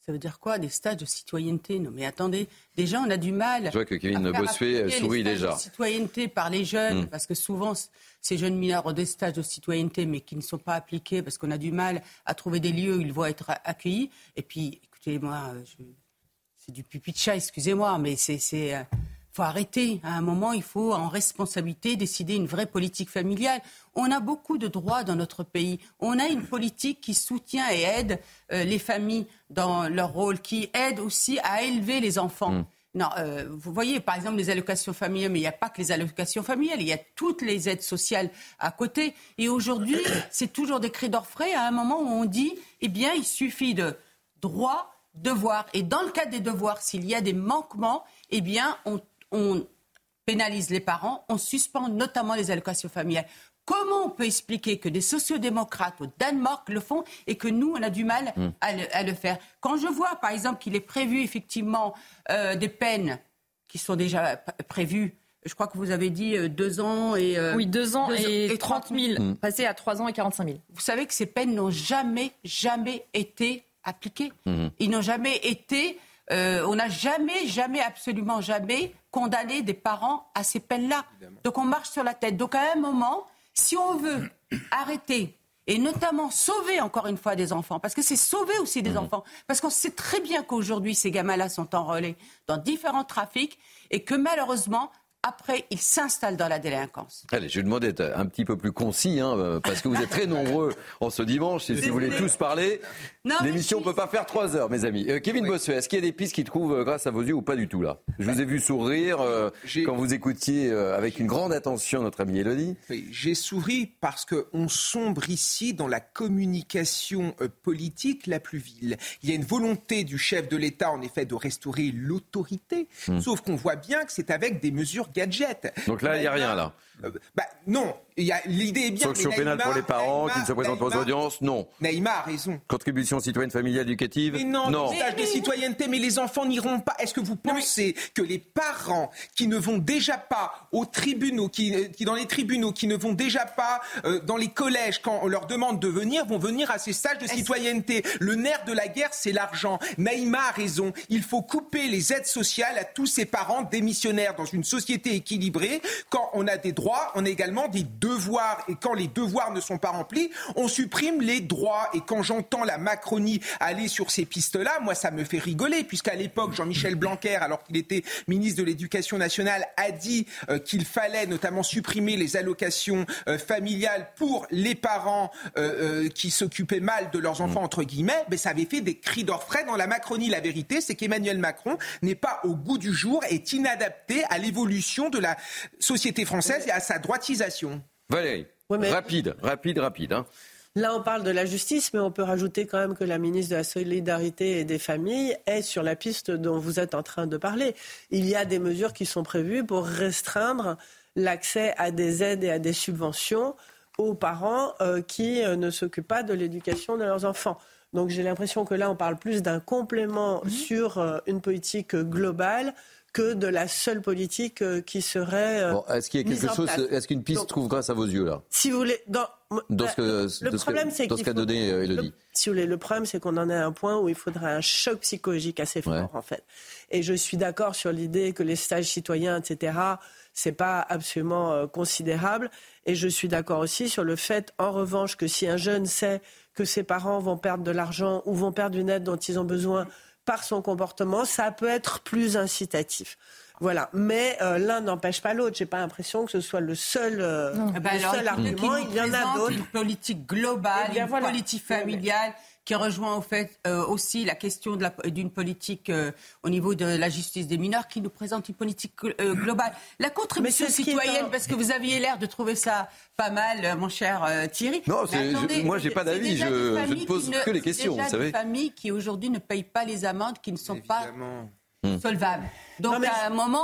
Ça veut dire quoi? Des stages de citoyenneté? Non mais attendez, déjà on a du mal.
Je vois que Kevin Bossuet sourit
les
déjà.
De citoyenneté par les jeunes,
mmh.
parce que souvent ces jeunes mineurs ont des stages de citoyenneté mais qui ne sont pas appliqués parce qu'on a du mal à trouver des lieux où ils vont être accueillis. Et puis, écoutez-moi, je... c'est du pipi de chat, excusez-moi, mais c'est... c'est... Il faut arrêter. À un moment, il faut, en responsabilité, décider une vraie politique familiale. On a beaucoup de droits dans notre pays. On a une politique qui soutient et aide euh, les familles dans leur rôle, qui aide aussi à élever les enfants. Mmh. Non, euh, vous voyez, par exemple, les allocations familiales, mais il n'y a pas que les allocations familiales, il y a toutes les aides sociales à côté. Et aujourd'hui, c'est toujours des cris d'orfraie à un moment où on dit, eh bien, il suffit de droits, devoirs. Et dans le cadre des devoirs, s'il y a des manquements, eh bien, on on pénalise les parents, on suspend notamment les allocations familiales. Comment on peut expliquer que des sociodémocrates au Danemark le font et que nous, on a du mal mmh. à, le, à le faire? Quand je vois, par exemple, qu'il est prévu effectivement euh, des peines qui sont déjà p- prévues, je crois que vous avez dit euh, deux ans et... Euh,
oui, deux ans
deux
et,
et
trente mille, mmh. passé à trois ans et quarante-cinq mille.
Vous savez que ces peines n'ont jamais, jamais été appliquées. Mmh. Ils n'ont jamais été... Euh, on n'a jamais, jamais, absolument jamais condamné des parents à ces peines-là. Évidemment. Donc on marche sur la tête. Donc à un moment, si on veut arrêter et notamment sauver encore une fois des enfants, parce que c'est sauver aussi des mmh. enfants, parce qu'on sait très bien qu'aujourd'hui ces gamins-là sont enrôlés dans différents trafics et que malheureusement, après, ils s'installent dans la délinquance.
Allez, je vais demander d'être un petit peu plus concis, hein, parce que vous êtes très nombreux en ce dimanche. Et si vous voulez tous parler, non, l'émission ne peut pas faire trois heures, mes amis. Euh, Kevin oui. Bossuet, est-ce qu'il y a des pistes qui trouvent euh, grâce à vos yeux ou pas du tout, là? Je vous ai vu sourire euh, quand vous écoutiez euh, avec une grande attention notre amie Élodie.
Oui, j'ai souri parce qu'on sombre ici dans la communication euh, politique la plus vile. Il y a une volonté du chef de l'État, en effet, de restaurer l'autorité, hum. sauf qu'on voit bien que c'est avec des mesures gadget.
Donc là, il n'y a rien, là.
Euh, bah, non, il y a, l'idée est bien.
Sanction pénale pour les parents Naïma, qui ne se présentent pas aux audiences, non.
Naïma a raison.
Contribution citoyenne familiale éducative,
mais non.
non.
Stage de citoyenneté, mais les enfants n'iront pas. Est-ce que vous pensez que les parents qui ne vont déjà pas aux tribunaux, qui, qui dans les tribunaux, qui ne vont déjà pas euh, dans les collèges quand on leur demande de venir, vont venir à ces stages de Est-ce... citoyenneté? Le nerf de la guerre, c'est l'argent. Naïma a raison. Il faut couper les aides sociales à tous ces parents démissionnaires dans une société équilibrée. Quand on a des droits, on a également des devoirs. Et quand les devoirs ne sont pas remplis, on supprime les droits. Et quand j'entends la Macronie aller sur ces pistes-là, moi, ça me fait rigoler, puisqu'à l'époque, Jean-Michel Blanquer, alors qu'il était ministre de l'Éducation nationale, a dit euh, qu'il fallait notamment supprimer les allocations euh, familiales pour les parents euh, euh, qui s'occupaient mal de leurs enfants, entre guillemets. Mais ça avait fait des cris d'orfraie dans la Macronie. La vérité, c'est qu'Emmanuel Macron n'est pas au goût du jour, est inadapté à l'évolution de la société française et à sa droitisation.
Valérie, ouais, mais... rapide, rapide, rapide. Hein.
Là, on parle de la justice, mais on peut rajouter quand même que la ministre de la Solidarité et des Familles est sur la piste dont vous êtes en train de parler. Il y a des mesures qui sont prévues pour restreindre l'accès à des aides et à des subventions aux parents euh, qui euh, ne s'occupent pas de l'éducation de leurs enfants. Donc j'ai l'impression que là, on parle plus d'un complément mmh. sur euh, une politique globale que de la seule politique euh, qui serait euh, bon,
est-ce qu'il y a quelque chose, place. Est-ce qu'une piste Donc, trouve grâce à vos yeux là?
Si vous voulez, dans,
dans ce que,
le
de
problème,
ce
c'est
dans ce qu'a donné euh, Élodie.
Si vous voulez, le problème, c'est qu'on en est à un point où il faudrait un choc psychologique assez fort, ouais. en fait. Et je suis d'accord sur l'idée que les stages citoyens, et cetera, c'est pas absolument euh, considérable. Et je suis d'accord aussi sur le fait, en revanche, que si un jeune sait que ses parents vont perdre de l'argent ou vont perdre une aide dont ils ont besoin par son comportement, ça peut être plus incitatif. Voilà, mais euh, l'un n'empêche pas l'autre. J'ai pas l'impression que ce soit le seul, euh,
eh ben
le
alors,
seul argument. Il y en a d'autres.
Une politique globale, une voilà. politique familiale qui rejoint au fait euh, aussi la question de la, d'une politique euh, au niveau de la justice des mineurs, qui nous présente une politique euh, globale. La contribution citoyenne, un... parce que vous aviez l'air de trouver ça pas mal, euh, mon cher euh, Thierry.
Non, c'est, attendez, je, moi j'ai pas d'avis, je, je ne pose que les questions.
C'est déjà
vous savez.
des familles qui aujourd'hui ne payent pas les amendes, qui ne sont
Évidemment.
pas solvables. Donc non, à un moment,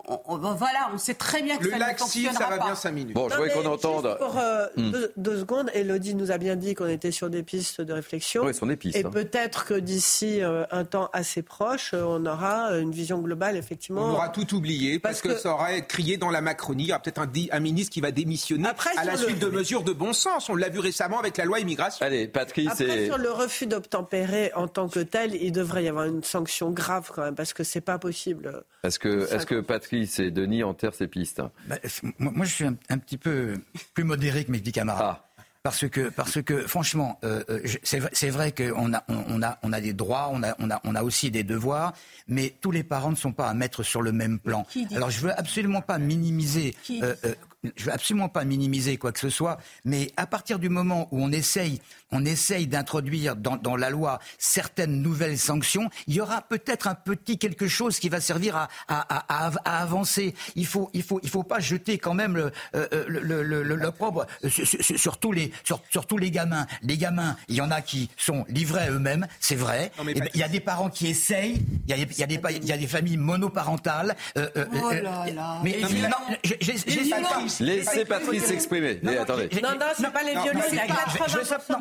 On, on, voilà, on sait très bien que
le
ça ne fonctionnera
ça va
pas.
bien cinq minutes.
Bon, je voudrais qu'on entende.
Pour euh,
hmm.
deux, deux secondes, Élodie nous a bien dit qu'on était sur des pistes de réflexion.
Oui, sur des pistes.
Et
hein.
peut-être que d'ici euh, un temps assez proche, euh, on aura une vision globale, effectivement.
On aura tout oublié parce, parce que, que ça aura été crié dans la Macronie. Il y aura peut-être un, un ministre qui va démissionner Après, à la suite le... de mesures de bon sens. On l'a vu récemment avec la loi immigration.
Allez, Patrice.
Après,
et...
sur le refus d'obtempérer en tant que tel, il devrait y avoir une sanction grave quand même parce que c'est pas possible.
Est-ce que, est-ce que Patrice et Denis enterrent ces pistes?
bah, moi, moi, je suis un, un petit peu plus modéré que mes petits camarades. Ah. Parce que, parce que, franchement, euh, c'est vrai, c'est vrai qu'on a, on a, on a des droits, on a, on a, on a aussi des devoirs, mais tous les parents ne sont pas à mettre sur le même plan. Alors, je veux absolument pas minimiser. Euh, euh, je veux absolument pas minimiser quoi que ce soit, mais à partir du moment où on essaye, on essaye d'introduire dans, dans la loi certaines nouvelles sanctions, il y aura peut-être un petit quelque chose qui va servir à, à, à, à avancer. Il faut, il faut, il faut pas jeter quand même le, le, le, le, l'opprobre sur, sur, sur tous les, sur, sur tous les gamins. Les gamins, il y en a qui sont livrés à eux-mêmes, c'est vrai. Non, ben, il y a des parents qui essayent, il y a, il y a des, il y a des familles monoparentales. Euh,
oh là là.
Mais, mais non, j'ai, j'ai, j'ai pas
Laissez Patrice s'exprimer.
Non,
Mais attendez.
Non, non, c'est pas les violons. Il y a quatre-vingts pour cent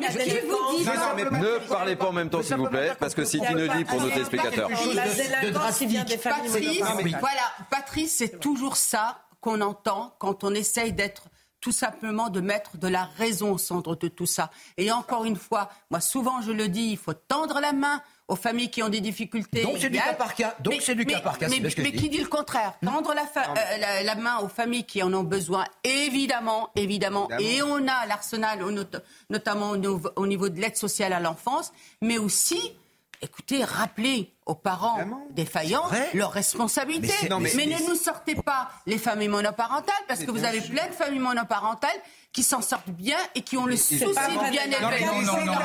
Ne parlez pas en même temps, s'il vous plaît, parce que c'est inaudible pour nos téléspectateurs.
La délinquance, il vient des familles monoparentales.
Voilà, Patrice, c'est toujours ça qu'on entend quand on essaye d'être tout simplement de mettre de la raison au centre de tout ça. Et encore une fois, moi souvent je le dis, il faut tendre la main aux familles qui ont des difficultés.
Donc c'est du cas par cas. Donc mais, c'est du
mais,
cas par cas.
Mais, mais, mais qui dit le contraire? Tendre la, fa- euh, la, la main aux familles qui en ont besoin, évidemment, évidemment. évidemment. Et on a l'arsenal, notamment au niveau de l'aide sociale à l'enfance, mais aussi, écoutez, rappeler aux parents Vraiment défaillants leurs responsabilités. Mais, non, mais, mais, mais ne nous sortez pas les familles monoparentales, parce que vous avez plein de familles monoparentales qui s'en sortent bien et qui ont le souci de bien élever.
Non, non, non,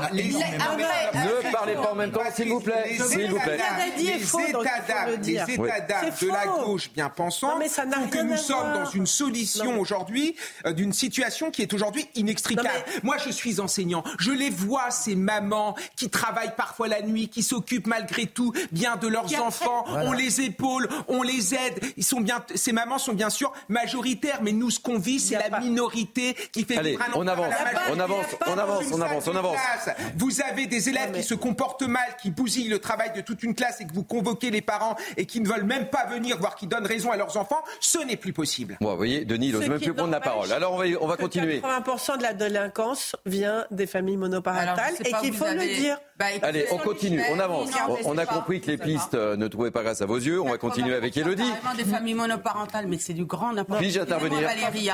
ne parlez pas en même temps, s'il vous plaît. S'il vous plaît.
Les états d'âme, les états d'âme de la gauche bien pensante font que nous sommes dans une solution aujourd'hui d'une situation qui est aujourd'hui inextricable. Moi, je suis enseignant. Je les vois, ces mamans qui travaillent parfois la nuit, qui s'occupent malgré tout bien de leurs enfants. On les épaule, on les aide. Ils sont bien, ces mamans sont bien sûr majoritaires, mais nous, ce qu'on vit, c'est la minorité qui fait
Allez, on avance, on avance, on avance, on avance, on avance.
Vous avez des élèves qui se comportent mal, qui bousillent le travail de toute une classe et que vous convoquez les parents et qui ne veulent même pas venir, voire qui donnent raison à leurs enfants, ce n'est plus possible.
Bon, vous voyez, Denis, il n'ose même plus prendre la parole. Alors, on va, on va continuer.
quatre-vingts pour cent de la délinquance vient des familles monoparentales et qu'il faut avez... le dire.
Bah, Allez, on continue, on avance. On, on a compris que les pistes ne trouvaient pas grâce à vos yeux. On va continuer avec Élodie.
Des familles monoparentales, mais c'est du grand n'importe quoi.
Puis-je intervenir?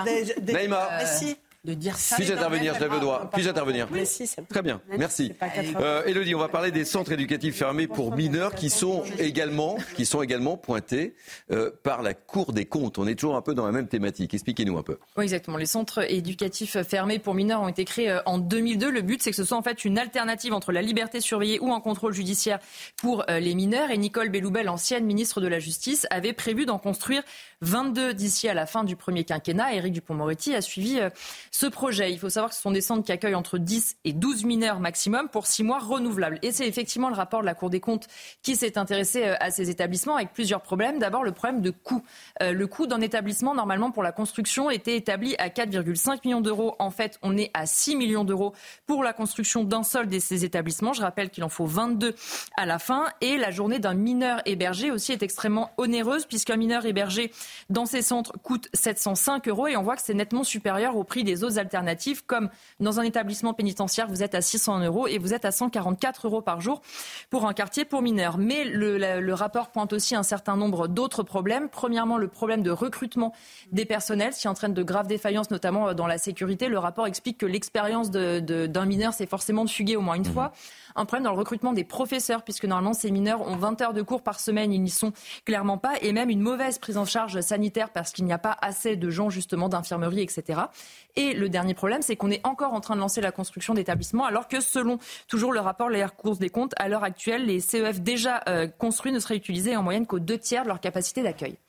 Naïma.
De dire ça.
Puis-je intervenir? Je lève le doigt. Puis-je intervenir? Très bien, merci. Euh, Élodie, on va parler des centres éducatifs fermés pour mineurs qui sont également, qui sont également pointés euh, par la Cour des comptes. On est toujours un peu dans la même thématique. Expliquez-nous un peu.
Oui, exactement. Les centres éducatifs fermés pour mineurs ont été créés en deux mille deux. Le but, c'est que ce soit en fait une alternative entre la liberté surveillée ou un contrôle judiciaire pour les mineurs. Et Nicole Belloubet, ancienne ministre de la Justice, avait prévu d'en construire vingt-deux d'ici à la fin du premier quinquennat. Éric Dupond-Moretti a suivi euh, ce projet. Il faut savoir que ce sont des centres qui accueillent entre dix et douze mineurs maximum pour six mois renouvelables. Et c'est effectivement le rapport de la Cour des comptes qui s'est intéressé euh, à ces établissements avec plusieurs problèmes. D'abord, le problème de coût. Euh, le coût d'un établissement, normalement, pour la construction, était établi à quatre virgule cinq millions d'euros. En fait, on est à six millions d'euros pour la construction d'un seul de ces établissements. Je rappelle qu'il en faut vingt-deux à la fin. Et la journée d'un mineur hébergé aussi est extrêmement onéreuse puisqu'un mineur hébergé dans ces centres coûte sept cent cinq euros et on voit que c'est nettement supérieur au prix des autres alternatives comme dans un établissement pénitentiaire vous êtes à six cents euros et vous êtes à cent quarante-quatre euros par jour pour un quartier pour mineurs. Mais le, le, le rapport pointe aussi un certain nombre d'autres problèmes. Premièrement, le problème de recrutement des personnels qui entraîne de graves défaillances notamment dans la sécurité. Le rapport explique que l'expérience de, de, d'un mineur c'est forcément de fuguer au moins une mmh. fois. Un problème dans le recrutement des professeurs, puisque normalement ces mineurs ont vingt heures de cours par semaine, ils n'y sont clairement pas, et même une mauvaise prise en charge sanitaire parce qu'il n'y a pas assez de gens justement d'infirmerie, et cetera. Et le dernier problème, c'est qu'on est encore en train de lancer la construction d'établissements, alors que selon toujours le rapport de la Cour des comptes, à l'heure actuelle, les C E F déjà euh, construits ne seraient utilisés en moyenne qu'aux deux tiers de leur capacité d'accueil.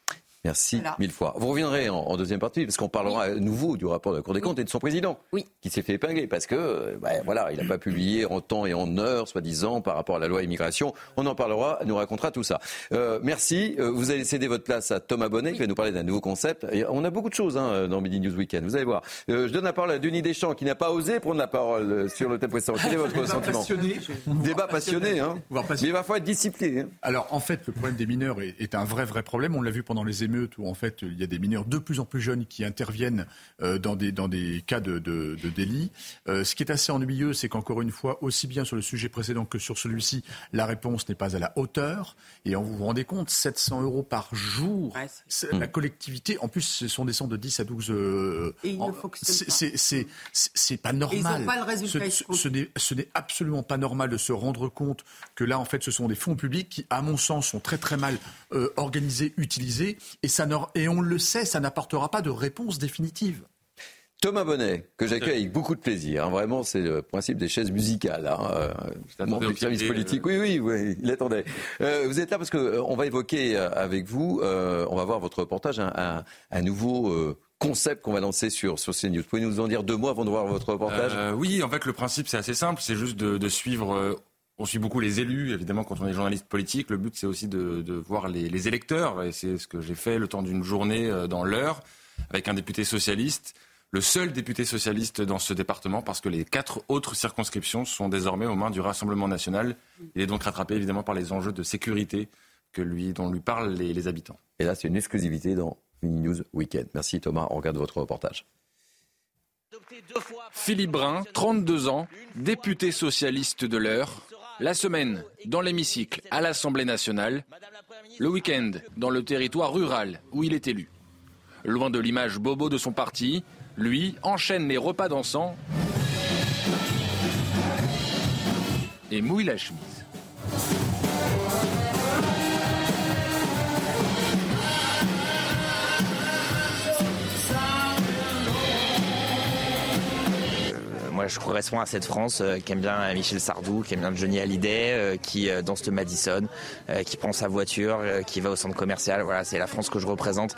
Merci
voilà.
mille fois. Vous reviendrez en, en deuxième partie, parce qu'on parlera oui. à nouveau du rapport de la Cour des comptes oui. et de son président,
oui.
qui s'est fait épingler, parce que ben, voilà, il n'a pas publié en temps et en heure, soi-disant, par rapport à la loi immigration. On en parlera, nous racontera tout ça. Euh, merci. Euh, vous allez céder votre place à Thomas Bonnet, oui. qui va nous parler d'un nouveau concept. Et on a beaucoup de choses hein, dans Midi News Weekend, vous allez voir. Euh, je donne la parole à Denis Deschamps, qui n'a pas osé prendre la parole sur le thème précédent. Quel est votre Débat sentiment passionné. Débat passionné, hein. Mais il va falloir être discipliné. Hein.
Alors, en fait, le problème des mineurs est, est un vrai, vrai problème. On l'a vu pendant les émeutes, où en fait, il y a des mineurs de plus en plus jeunes qui interviennent euh, dans, des, dans des cas de, de, de délit. Euh, ce qui est assez ennuyeux, c'est qu'encore une fois, aussi bien sur le sujet précédent que sur celui-ci, la réponse n'est pas à la hauteur. Et on vous vous rendez compte, sept cents euros par jour, ouais, c'est... la collectivité, en plus, ce sont des centres de dix à douze... Euh,
et il
en,
ne fonctionne
c'est,
pas.
C'est, c'est, c'est, c'est pas normal.
Et ils n'ont pas le résultat.
Ce, ce, ce, n'est, ce n'est absolument pas normal de se rendre compte que là, en fait, ce sont des fonds publics qui, à mon sens, sont très très mal euh, organisés, utilisés. Et, ça ne, et on le sait, ça n'apportera pas de réponse définitive.
Thomas Bonnet, que j'accueille avec beaucoup de plaisir. Hein, vraiment, c'est le principe des chaises musicales. Hein, euh, membre du service politique. Oui, oui, oui, il attendait. Euh, vous êtes là parce qu'on euh, va évoquer euh, avec vous, euh, on va voir votre reportage, un, un, un nouveau euh, concept qu'on va lancer sur, sur CNews. Vous pouvez nous en dire deux mots avant de voir votre reportage ?
euh, Oui, en fait, le principe, c'est assez simple. C'est juste de, de suivre... Euh, on suit beaucoup les élus, évidemment, quand on est journaliste politique. Le but, c'est aussi de, de voir les, les électeurs. Et c'est ce que j'ai fait le temps d'une journée euh, dans l'Eure, avec un député socialiste. Le seul député socialiste dans ce département, parce que les quatre autres circonscriptions sont désormais aux mains du Rassemblement national. Il est donc rattrapé évidemment par les enjeux de sécurité que lui, dont lui parlent les, les habitants.
Et là, c'est une exclusivité dans Mini News Weekend. Merci Thomas, on regarde votre reportage.
Philippe Brun, trente-deux ans, député socialiste de l'Eure. La semaine, dans l'hémicycle à l'Assemblée nationale. Le week-end, dans le territoire rural où il est élu. Loin de l'image bobo de son parti, lui enchaîne les repas dansants et mouille la chemise.
Moi, je corresponds à cette France euh, qui aime bien Michel Sardou, qui aime bien Johnny Hallyday, euh, qui euh, danse le Madison, euh, qui prend sa voiture, euh, qui va au centre commercial. Voilà, c'est la France que je représente.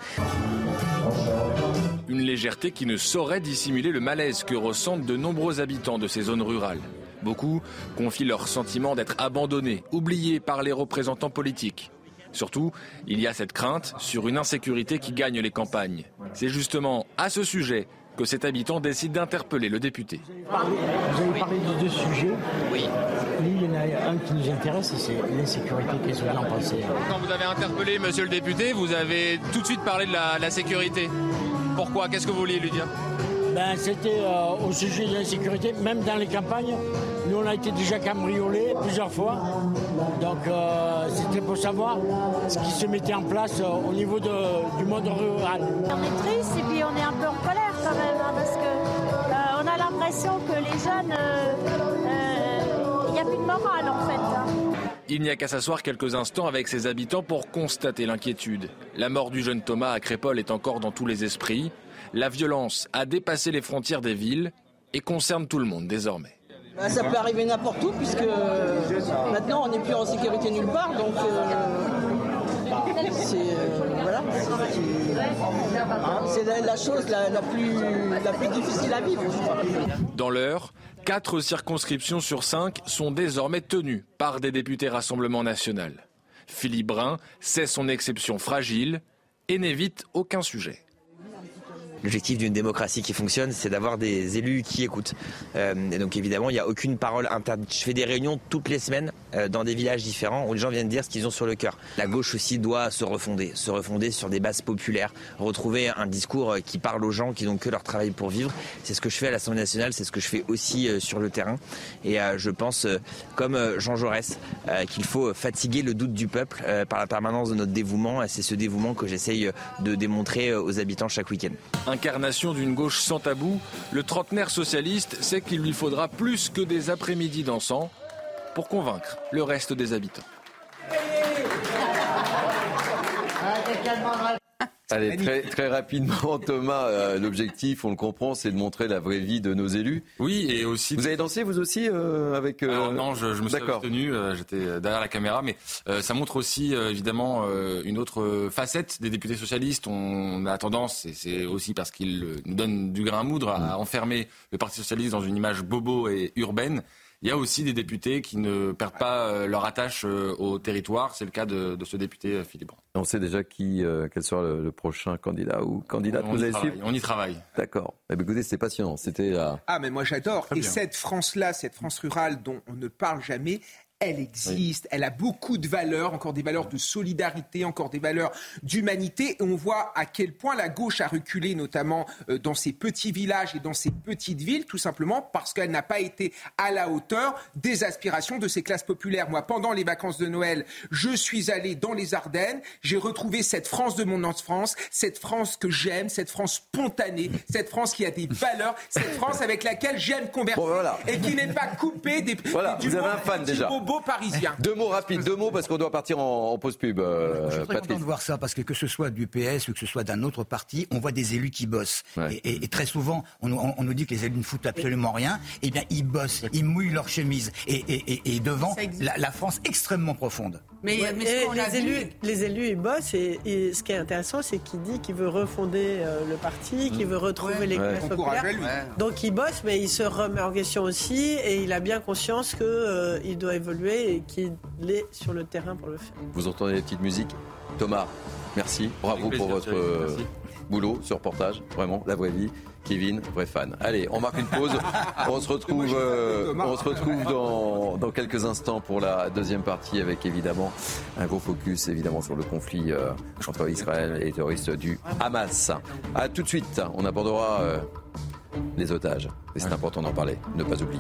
Une légèreté qui ne saurait dissimuler le malaise que ressentent de nombreux habitants de ces zones rurales. Beaucoup confient leur sentiment d'être abandonnés, oubliés par les représentants politiques. Surtout, il y a cette crainte sur une insécurité qui gagne les campagnes. C'est justement à ce sujet que cet habitant décide d'interpeller le député.
Vous avez parlé de deux sujets.
Oui.
Lui, il y en a un qui nous intéresse, c'est l'insécurité. Qu'est-ce que vous en pensez ?
Quand vous avez interpellé monsieur le député, vous avez tout de suite parlé de la, la sécurité. Pourquoi ? Qu'est-ce que vous vouliez lui dire ?
Ben, c'était euh, au sujet de l'insécurité, même dans les campagnes. Nous, on a été déjà cambriolés plusieurs fois. Donc, euh, c'était pour savoir ce qui se mettait en place euh, au niveau de, du monde rural.
On est triste et puis on est un peu en colère quand même, hein, parce qu'on euh, a l'impression que les jeunes, il euh, n'y euh, a plus de morale en fait. Hein.
Il n'y a qu'à s'asseoir quelques instants avec ses habitants pour constater l'inquiétude. La mort du jeune Thomas à Crépol est encore dans tous les esprits. La violence a dépassé les frontières des villes et concerne tout le monde désormais.
Bah, ça peut arriver n'importe où puisque euh, maintenant on n'est plus en sécurité nulle part, donc euh, c'est, euh, voilà, c'est, c'est la, la chose la, la, plus, la plus difficile à vivre.
Dans l'Eure, quatre circonscriptions sur cinq sont désormais tenues par des députés Rassemblement national. Philippe Brun sait son exception fragile et n'évite aucun sujet.
L'objectif d'une démocratie qui fonctionne, c'est d'avoir des élus qui écoutent. Euh, et donc évidemment, il n'y a aucune parole interdite. Je fais des réunions toutes les semaines euh, dans des villages différents où les gens viennent dire ce qu'ils ont sur le cœur. La gauche aussi doit se refonder, se refonder sur des bases populaires, retrouver un discours qui parle aux gens qui n'ont que leur travail pour vivre. C'est ce que je fais à l'Assemblée nationale, c'est ce que je fais aussi euh, sur le terrain. Et euh, je pense, euh, comme euh, Jean Jaurès, euh, qu'il faut fatiguer le doute du peuple euh, par la permanence de notre dévouement. Et c'est ce dévouement que j'essaye de démontrer aux habitants chaque week-end.
Incarnation d'une gauche sans tabou, le trentenaire socialiste sait qu'il lui faudra plus que des après-midi dansants pour convaincre le reste des habitants.
Allez, très, très rapidement, Thomas, euh, l'objectif, on le comprend, c'est de montrer la vraie vie de nos élus.
Oui, et aussi...
Vous avez dansé, vous aussi, euh, avec... Euh...
Alors non, je, je me suis abstenu, euh, j'étais derrière la caméra, mais euh, ça montre aussi, euh, évidemment, euh, une autre facette des députés socialistes. On a tendance, et c'est aussi parce qu'ils euh, nous donnent du grain à moudre, à, à enfermer le Parti socialiste dans une image bobo et urbaine. Il y a aussi des députés qui ne perdent pas euh, leur attache euh, au territoire. C'est le cas de, de ce député euh, Philippe Brun.
On sait déjà qui, euh, quel sera le, le prochain candidat ou candidate.
On,
vous
y
allez
travaille,
suivre
on y travaille.
D'accord. Eh bien, écoutez, c'était passionnant. C'était la...
Ah, mais moi j'adore. Et cette France-là, cette France rurale dont on ne parle jamais, elle existe, oui. Elle a beaucoup de valeurs, encore des valeurs de solidarité, encore des valeurs d'humanité. Et on voit à quel point la gauche a reculé, notamment euh, dans ces petits villages et dans ces petites villes, tout simplement parce qu'elle n'a pas été à la hauteur des aspirations de ces classes populaires. Moi, pendant les vacances de Noël, je suis allé dans les Ardennes, j'ai retrouvé cette France de mon enfance, cette France que j'aime, cette France spontanée, cette France qui a des valeurs, cette France avec laquelle j'aime converser bon, voilà. Et qui n'est pas coupée des...
Voilà,
des
vous avez un fan déjà.
Beau parisien.
Deux mots rapides, deux mots parce qu'on doit partir en, en pause pub. Euh,
Je suis très
Patrice.
content de voir ça parce que que ce soit du P S ou que ce soit d'un autre parti, on voit des élus qui bossent. Ouais. Et, et, et très souvent, on, on, on nous dit que les élus ne foutent absolument rien. Eh bien, ils bossent, ils mouillent leur chemise. Et, et, et, et devant, la, la France extrêmement profonde.
Mais, ouais, mais les, élus, les élus, ils bossent. Et, et ce qui est intéressant, c'est qu'il dit qu'il veut refonder euh, le parti, qu'il veut retrouver ouais, les classes ouais. populaires. Ouais. Donc, il bosse, mais il se remet en question aussi. Et il a bien conscience qu'il euh, doit évoluer et qu'il est sur le terrain pour le faire.
Vous entendez les petites musiques ? Thomas, merci. Bravo plaisir, pour votre euh, boulot, ce reportage. Vraiment, la vraie vie. Kevin, vrai fan. Allez, on marque une pause. On se retrouve, euh, on se retrouve dans, dans quelques instants pour la deuxième partie avec évidemment un gros focus évidemment sur le conflit euh, entre Israël et les terroristes du Hamas. À tout de suite. On abordera euh, les otages. Et c'est important d'en parler. Ne pas oublier.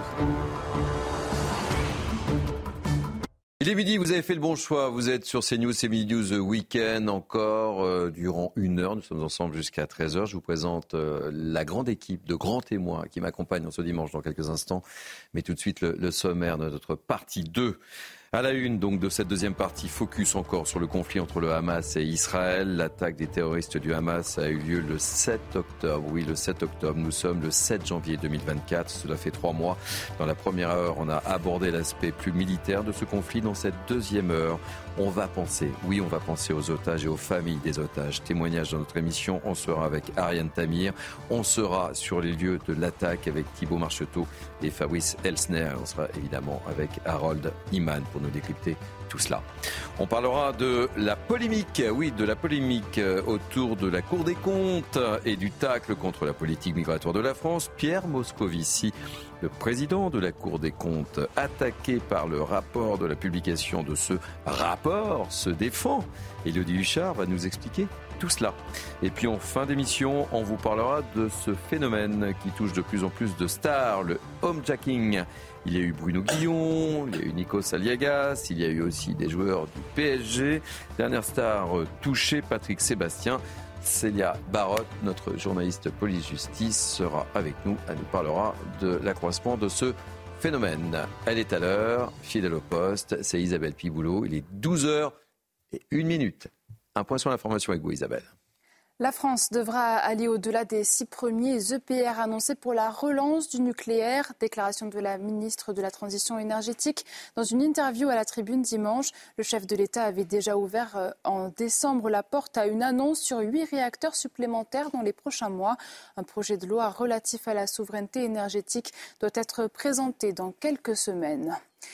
Il est midi, vous avez fait le bon choix. Vous êtes sur CNews, c'est Midi News Weekend encore euh, durant une heure. Nous sommes ensemble jusqu'à treize heures. Je vous présente euh, la grande équipe de grands témoins qui m'accompagnent dans ce dimanche dans quelques instants. Mais tout de suite, le, le sommaire de notre partie deux. À la une donc de cette deuxième partie, focus encore sur le conflit entre le Hamas et Israël. L'attaque des terroristes du Hamas a eu lieu le sept octobre. Oui, le sept octobre. Nous sommes le sept janvier deux mille vingt-quatre. Cela fait trois mois. Dans la première heure, on a abordé l'aspect plus militaire de ce conflit. Dans cette deuxième heure, on va penser, oui, on va penser aux otages et aux familles des otages. Témoignage dans notre émission. On sera avec Ariane Tamir. On sera sur les lieux de l'attaque avec Thibaut Marcheteau et Fabrice Elsner. On sera évidemment avec Harold Iman pour nous décrypter tout cela. On parlera de la polémique, oui, de la polémique autour de la Cour des comptes et du tacle contre la politique migratoire de la France. Pierre Moscovici, le président de la Cour des comptes, attaqué par le rapport de la publication de ce rapport, se défend. Élodie Huchard va nous expliquer tout cela. Et puis en fin d'émission, on vous parlera de ce phénomène qui touche de plus en plus de stars, le homejacking. Il y a eu Bruno Guillon, il y a eu Nikos Aliagas, il y a eu aussi des joueurs du P S G. Dernière star touchée, Patrick Sébastien. Célia Barotte, notre journaliste police-justice, sera avec nous. Elle nous parlera de l'accroissement de ce phénomène. Elle est à l'heure, fidèle au poste, c'est Isabelle Piboulot. Il est douze heures et une minute. Un point sur l'information avec vous, Isabelle.
La France devra aller au-delà des six premiers E P R annoncés pour la relance du nucléaire. Déclaration de la ministre de la Transition énergétique. Dans une interview à la Tribune dimanche, le chef de l'État avait déjà ouvert en décembre la porte à une annonce sur huit réacteurs supplémentaires dans les prochains mois. Un projet de loi relatif à la souveraineté énergétique doit être présenté dans quelques semaines.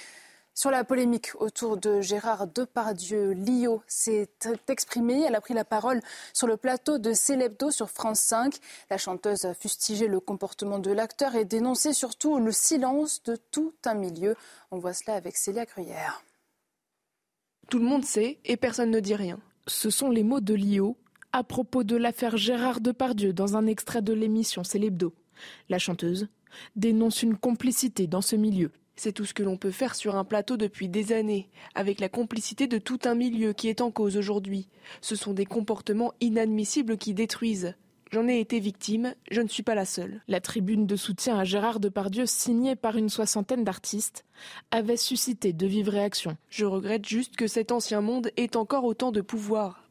Sur la polémique autour de Gérard Depardieu, L'I O s'est exprimée. Elle a pris la parole sur le plateau de Célébdo sur France cinq. La chanteuse a fustigé le comportement de l'acteur et dénoncé surtout le silence de tout un milieu. On voit cela avec Célia Gruyère.
Tout le monde sait et personne ne dit rien. Ce sont les mots de L'I O à propos de l'affaire Gérard Depardieu dans un extrait de l'émission Célébdo. La chanteuse dénonce une complicité dans ce milieu. C'est tout ce que l'on peut faire sur un plateau depuis des années, avec la complicité de tout un milieu qui est en cause aujourd'hui. Ce sont des comportements inadmissibles qui détruisent. J'en ai été victime, je ne suis pas la seule. La tribune de soutien à Gérard Depardieu, signée par une soixantaine d'artistes, avait suscité de vives réactions. Je regrette juste que cet ancien monde ait encore autant de pouvoir,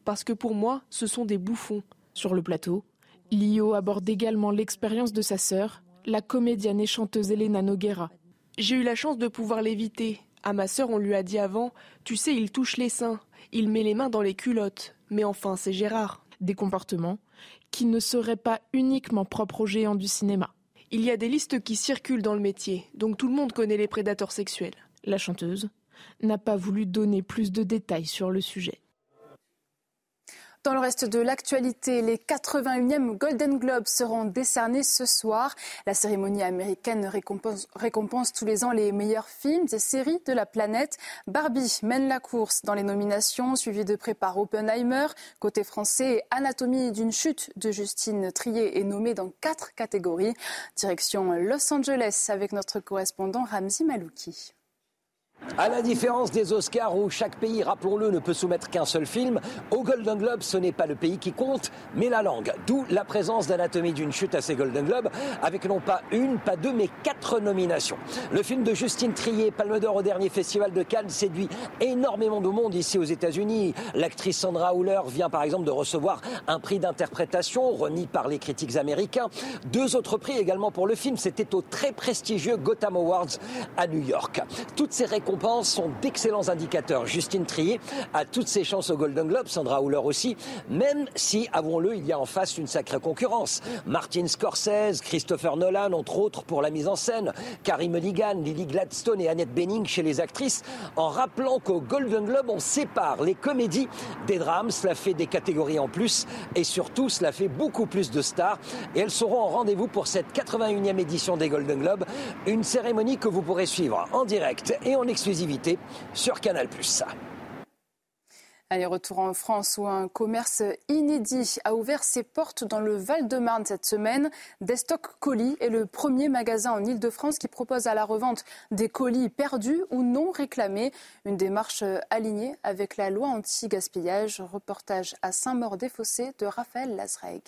parce que pour moi, ce sont des bouffons. Sur le plateau, Lio aborde également l'expérience de sa sœur, la comédienne et chanteuse Elena Nogueira. J'ai eu la chance de pouvoir l'éviter. À ma sœur, on lui a dit avant, tu sais, il touche les seins, il met les mains dans les culottes. Mais enfin, c'est Gérard. Des comportements qui ne seraient pas uniquement propres aux géants du cinéma. Il y a des listes qui circulent dans le métier, donc tout le monde connaît les prédateurs sexuels. La chanteuse n'a pas voulu donner plus de détails sur le sujet.
Dans le reste de l'actualité, les quatre-vingt-unième Golden Globes seront décernés ce soir. La cérémonie américaine récompense, récompense tous les ans les meilleurs films et séries de la planète. Barbie mène la course dans les nominations, suivie de près par Oppenheimer. Côté français, Anatomie d'une chute de Justine Triet est nommée dans quatre catégories. Direction Los Angeles avec notre correspondant Ramzi Malouki.
À la différence des Oscars où chaque pays, rappelons-le, ne peut soumettre qu'un seul film, au Golden Globe, ce n'est pas le pays qui compte, mais la langue. D'où la présence d'Anatomie d'une chute à ces Golden Globes, avec non pas une, pas deux, mais quatre nominations. Le film de Justine Triet, Palme d'Or au dernier festival de Cannes, séduit énormément de monde ici aux États-Unis. L'actrice Sandra Hüller vient par exemple de recevoir un prix d'interprétation remis par les critiques américains. Deux autres prix également pour le film, c'était au très prestigieux Gotham Awards à New York. Toutes ces récompenses sont d'excellents indicateurs. Justine Triet a toutes ses chances au Golden Globe, Sandra Hüller aussi, même si, avouons-le, il y a en face une sacrée concurrence. Martin Scorsese, Christopher Nolan, entre autres pour la mise en scène, Carey Mulligan, Lily Gladstone et Annette Bening chez les actrices, en rappelant qu'au Golden Globe, on sépare les comédies des drames. Cela fait des catégories en plus et surtout, cela fait beaucoup plus de stars. Et elles seront en rendez-vous pour cette quatre-vingt-unième édition des Golden Globes, une cérémonie que vous pourrez suivre en direct et en exclusivité sur Canal plus.
Allez, retour en France où un commerce inédit a ouvert ses portes dans le Val-de-Marne cette semaine. Destock Colis est le premier magasin en Ile-de-France qui propose à la revente des colis perdus ou non réclamés. Une démarche alignée avec la loi anti-gaspillage. Reportage à Saint-Maur-des-Fossés de Raphaël Lazreg.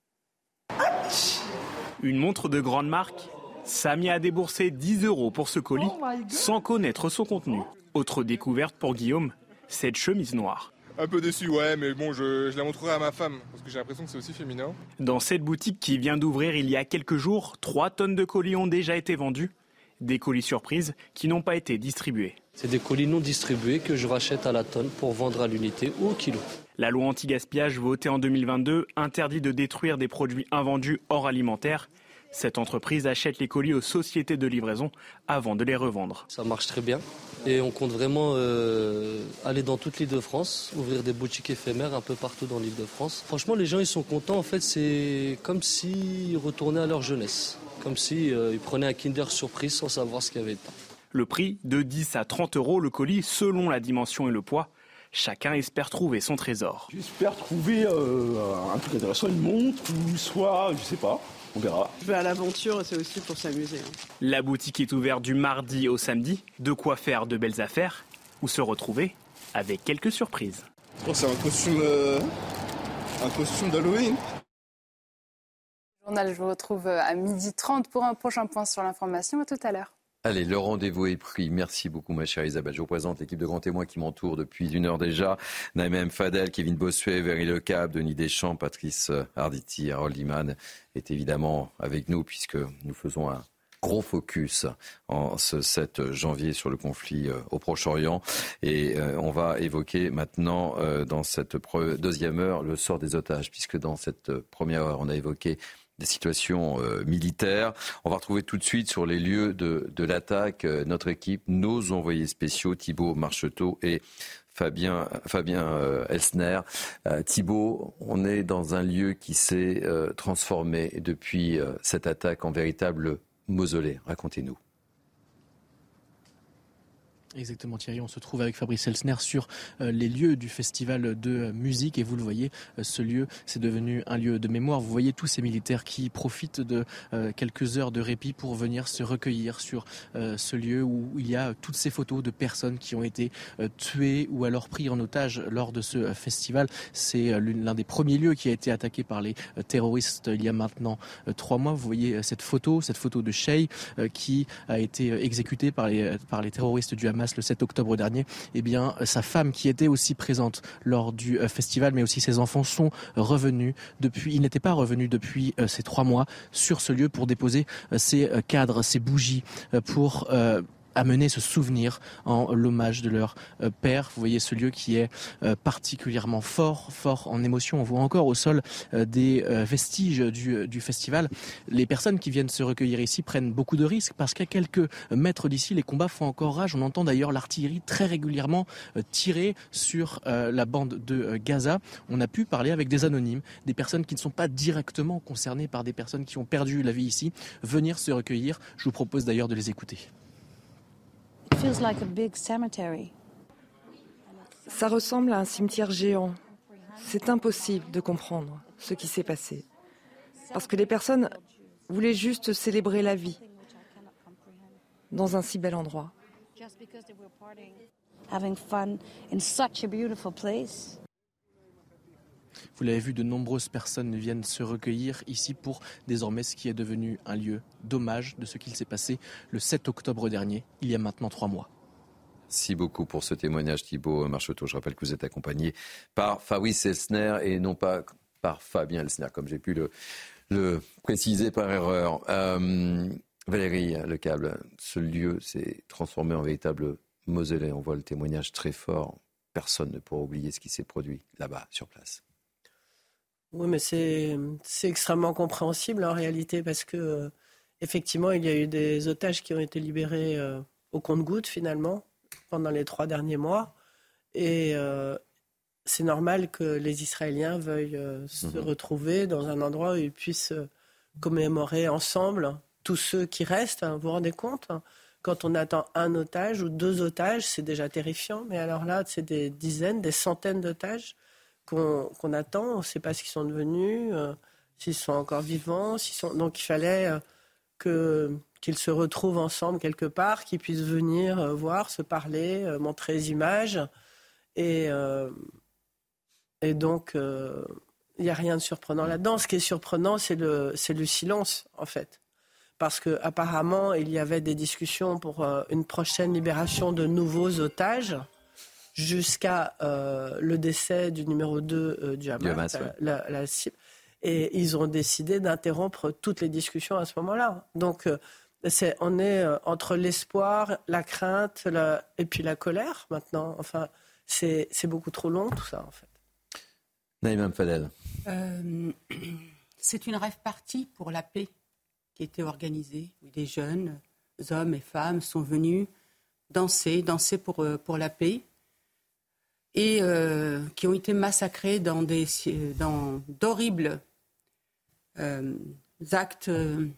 Une montre de grande marque. Samy a déboursé dix euros pour ce colis sans connaître son contenu. Autre découverte pour Guillaume, cette chemise noire.
Un peu déçu, ouais, mais bon, je, je la montrerai à ma femme, parce que j'ai l'impression que c'est aussi féminin.
Dans cette boutique qui vient d'ouvrir il y a quelques jours, trois tonnes de colis ont déjà été vendus. Des colis surprises qui n'ont pas été distribués.
C'est des colis non distribués que je rachète à la tonne pour vendre à l'unité ou au kilo.
La loi anti-gaspillage votée en deux mille vingt-deux interdit de détruire des produits invendus hors alimentaire. Cette entreprise achète les colis aux sociétés de livraison avant de les revendre.
Ça marche très bien et on compte vraiment euh, aller dans toute l'Île-de-France, ouvrir des boutiques éphémères un peu partout dans l'Île-de-France. Franchement, les gens ils sont contents. En fait, c'est comme s'ils retournaient à leur jeunesse, comme s'ils euh, prenaient un Kinder Surprise sans savoir ce qu'il y avait dedans.
Le prix de dix à trente euros le colis selon la dimension et le poids. Chacun espère trouver son trésor.
J'espère trouver euh, un truc intéressant, une montre ou soit, je sais pas. On verra.
Je vais à l'aventure, c'est aussi pour s'amuser.
La boutique est ouverte du mardi au samedi. De quoi faire de belles affaires ou se retrouver avec quelques surprises.
Oh, c'est un costume, euh, un costume d'Halloween.
Le journal, je vous retrouve à midi trente pour un prochain point sur l'information. À tout à l'heure.
Allez, le rendez-vous est pris. Merci beaucoup, ma chère Isabelle. Je vous présente l'équipe de grands témoins qui m'entoure depuis une heure déjà. Naïma Fadel, Kevin Bossuet, Valérie Lecap, Denis Deschamps, Patrice Arditi, Harold Iman est évidemment avec nous puisque nous faisons un gros focus en ce sept janvier sur le conflit au Proche-Orient. Et euh, on va évoquer maintenant, euh, dans cette pre- deuxième heure, le sort des otages, puisque dans cette première heure, on a évoqué des situations euh, militaires. On va retrouver tout de suite sur les lieux de, de l'attaque euh, notre équipe, nos envoyés spéciaux, Thibaut Marcheteau et Fabien, Fabien euh, Elsner. Euh, Thibaut, on est dans un lieu qui s'est euh, transformé depuis euh, cette attaque en véritable mausolée. Racontez-nous.
Exactement Thierry, on se trouve avec Fabrice Elsner sur euh, les lieux du festival de euh, musique et vous le voyez, euh, ce lieu c'est devenu un lieu de mémoire. Vous voyez tous ces militaires qui profitent de euh, quelques heures de répit pour venir se recueillir sur euh, ce lieu où il y a toutes ces photos de personnes qui ont été euh, tuées ou alors pris en otage lors de ce euh, festival. C'est euh, l'un des premiers lieux qui a été attaqué par les euh, terroristes il y a maintenant euh, trois mois. Vous voyez euh, cette photo, cette photo de Shey euh, qui a été euh, exécuté par les, par les terroristes du Hamas Hamas le sept octobre dernier, eh bien, sa femme qui était aussi présente lors du euh, festival, mais aussi ses enfants sont revenus depuis, ils n'étaient pas revenus depuis euh, ces trois mois sur ce lieu pour déposer euh, ces euh, cadres, ces bougies, euh, pour euh, amener ce souvenir en l'hommage de leur euh, père. Vous voyez ce lieu qui est euh, particulièrement fort, fort en émotion. On voit encore au sol euh, des euh, vestiges du, du festival. Les personnes qui viennent se recueillir ici prennent beaucoup de risques parce qu'à quelques mètres d'ici, les combats font encore rage. On entend d'ailleurs l'artillerie très régulièrement euh, tirer sur euh, la bande de euh, Gaza. On a pu parler avec des anonymes, des personnes qui ne sont pas directement concernées par des personnes qui ont perdu la vie ici, venir se recueillir. Je vous propose d'ailleurs de les écouter.
Ça ressemble à un cimetière géant. C'est impossible de comprendre ce qui s'est passé. Parce que les personnes voulaient juste célébrer la vie dans un si bel endroit.
Vous l'avez vu, de nombreuses personnes viennent se recueillir ici pour désormais ce qui est devenu un lieu d'hommage de ce qu'il s'est passé le sept octobre dernier, il y a maintenant trois mois.
Merci beaucoup pour ce témoignage, Thibault Marcheteau. Je rappelle que vous êtes accompagné par Fabrice Elsner et non pas par Fabien Elsner, comme j'ai pu le, le préciser par erreur. Euh, Valérie Lecable, ce lieu s'est transformé en véritable mausolée. On voit le témoignage très fort. Personne ne pourra oublier ce qui s'est produit là-bas, sur place.
Oui, mais c'est, c'est extrêmement compréhensible en réalité parce que euh, effectivement, il y a eu des otages qui ont été libérés euh, au compte-gouttes finalement pendant les trois derniers mois. Et euh, c'est normal que les Israéliens veuillent euh, se mmh. retrouver dans un endroit où ils puissent euh, commémorer ensemble tous ceux qui restent. Hein, vous vous rendez compte hein, quand on attend un otage ou deux otages, c'est déjà terrifiant. Mais alors là, c'est des dizaines, des centaines d'otages Qu'on, qu'on attend, on ne sait pas ce qu'ils sont devenus, euh, s'ils sont encore vivants. S'ils sont... Donc il fallait euh, que, qu'ils se retrouvent ensemble quelque part, qu'ils puissent venir euh, voir, se parler, euh, montrer les images. Et, euh, et donc il euh, n'y a rien de surprenant là-dedans. Ce qui est surprenant, c'est le, c'est le silence, en fait. Parce qu'apparemment, il y avait des discussions pour euh, une prochaine libération de nouveaux otages, jusqu'à euh, le décès du numéro deux euh, du Hamas, du Hamas ouais. la, la, la, et ils ont décidé d'interrompre toutes les discussions à ce moment-là. Donc, euh, c'est, on est euh, entre l'espoir, la crainte la, et puis la colère maintenant. Enfin, c'est, c'est beaucoup trop long tout ça, en fait.
Naïma Mfadel.
Euh, c'est une rêve partie pour la paix qui était organisée, où des jeunes hommes et femmes sont venus danser, danser pour, pour la paix. Et euh, qui ont été massacrés dans, des, dans d'horribles euh, actes.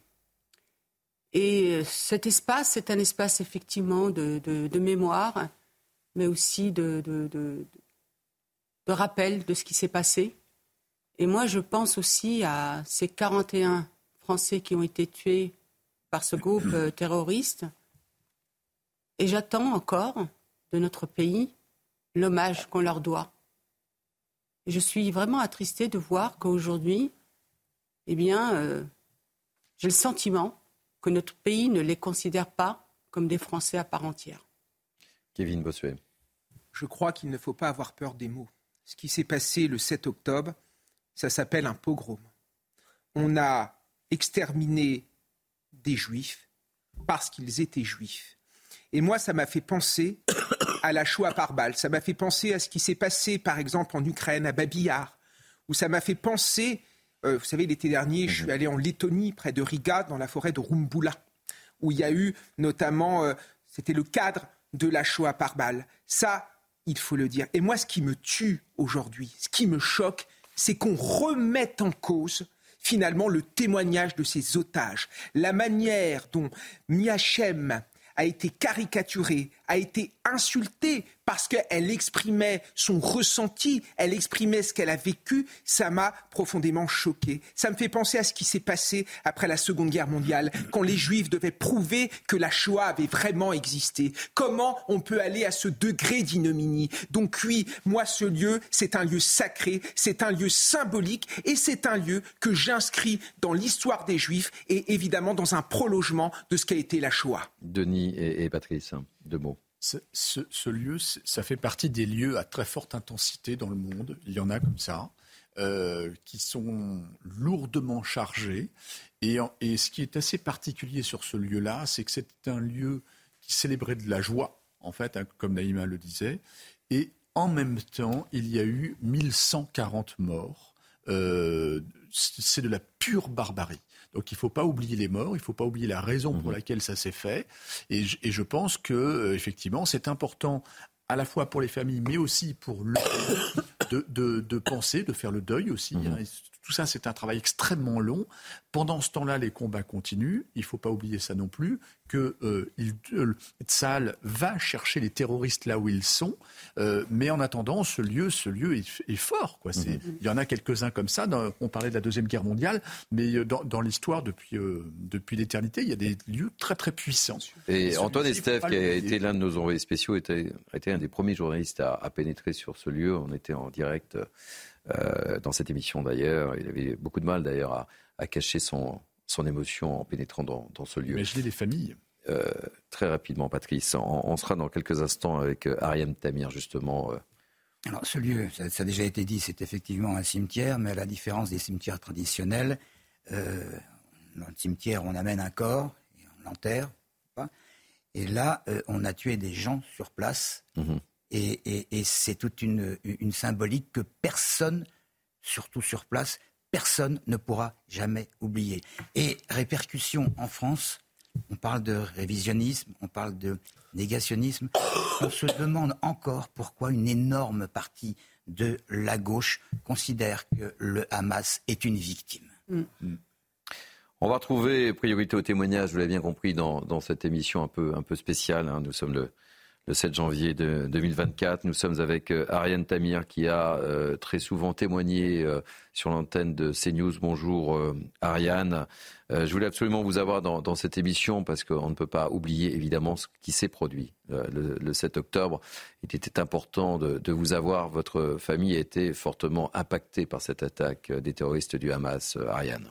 Et cet espace, c'est un espace effectivement de, de, de mémoire, mais aussi de, de, de, de rappel de ce qui s'est passé. Et moi, je pense aussi à ces quarante et un Français qui ont été tués par ce groupe euh, terroriste. Et j'attends encore de notre pays l'hommage qu'on leur doit. Et je suis vraiment attristée de voir qu'aujourd'hui, eh bien, euh, j'ai le sentiment que notre pays ne les considère pas comme des Français à part entière.
Kevin Bossuet.
Je crois qu'il ne faut pas avoir peur des mots. Ce qui s'est passé le sept octobre, ça s'appelle un pogrom. On a exterminé des Juifs parce qu'ils étaient Juifs. Et moi, ça m'a fait penser à la Shoah par balle. Ça m'a fait penser à ce qui s'est passé, par exemple, en Ukraine, à Babi Yar, où ça m'a fait penser, euh, vous savez, l'été dernier, je suis allé en Lettonie, près de Riga, dans la forêt de Rumbula, où il y a eu notamment, euh, c'était le cadre de la Shoah par balle. Ça, il faut le dire. Et moi, ce qui me tue aujourd'hui, ce qui me choque, c'est qu'on remette en cause finalement le témoignage de ces otages. La manière dont Miachem a été caricaturée, a été insultée parce qu'elle exprimait son ressenti, elle exprimait ce qu'elle a vécu, ça m'a profondément choqué. Ça me fait penser à ce qui s'est passé après la Seconde Guerre mondiale, quand les Juifs devaient prouver que la Shoah avait vraiment existé. Comment on peut aller à ce degré d'ignominie ? Donc oui, moi ce lieu, c'est un lieu sacré, c'est un lieu symbolique et c'est un lieu que j'inscris dans l'histoire des Juifs et évidemment dans un prolongement de ce qu'a été la Shoah.
Denis et, et Patrice, deux mots.
Ce, ce, ce lieu, ça fait partie des lieux à très forte intensité dans le monde. Il y en a comme ça, euh, qui sont lourdement chargés. Et, et ce qui est assez particulier sur ce lieu-là, c'est que c'est un lieu qui célébrait de la joie, en fait, hein, comme Naïma le disait. Et en même temps, il y a eu mille cent quarante morts. Euh, c'est de la pure barbarie. Donc il ne faut pas oublier les morts, il ne faut pas oublier la raison pour laquelle ça s'est fait. Et je, et je pense que euh, effectivement, c'est important à la fois pour les familles, mais aussi pour le de, de, de penser, de faire le deuil aussi. Mmh. Hein. Tout ça, c'est un travail extrêmement long. Pendant ce temps-là, les combats continuent. Il ne faut pas oublier ça non plus, que euh, il, euh, Tsahal va chercher les terroristes là où ils sont. Euh, mais en attendant, ce lieu, ce lieu est, est fort. Quoi. C'est, mmh. Il y en a quelques-uns comme ça. Dans, on parlait de la Deuxième Guerre mondiale, mais dans, dans l'histoire, depuis, euh, depuis l'éternité, il y a des lieux très très puissants.
Et, Et Antoine Estève, qui a été l'un de nos envoyés spéciaux, était, était un des premiers journalistes à, à pénétrer sur ce lieu. On était en direct... Euh, dans cette émission d'ailleurs, il avait beaucoup de mal d'ailleurs à, à cacher son, son émotion en pénétrant dans, dans ce lieu.
Imaginez les familles.
Euh, très rapidement, Patrice, on, on sera dans quelques instants avec Ariane Tamir justement. Euh.
Alors ce lieu, ça, ça a déjà été dit, c'est effectivement un cimetière, mais à la différence des cimetières traditionnels, euh, dans le cimetière on amène un corps, et on l'enterre, et là euh, on a tué des gens sur place. Mmh. Et, et, et c'est toute une, une symbolique que personne, surtout sur place, personne ne pourra jamais oublier. Et répercussions en France, on parle de révisionnisme, on parle de négationnisme. On se demande encore pourquoi une énorme partie de la gauche considère que le Hamas est une victime. Mm.
On va retrouver priorité au témoignage, vous l'avez bien compris, dans, dans cette émission un peu, un peu spéciale. Hein. Nous sommes le... Le sept janvier de deux mille vingt-quatre, nous sommes avec euh, Ariane Tamir qui a euh, très souvent témoigné euh, sur l'antenne de CNews. Bonjour euh, Ariane. Euh, je voulais absolument vous avoir dans, dans cette émission parce qu'on ne peut pas oublier évidemment ce qui s'est produit euh, le, le sept octobre. Il était important de, de vous avoir. Votre famille a été fortement impactée par cette attaque des terroristes du Hamas. Euh, Ariane.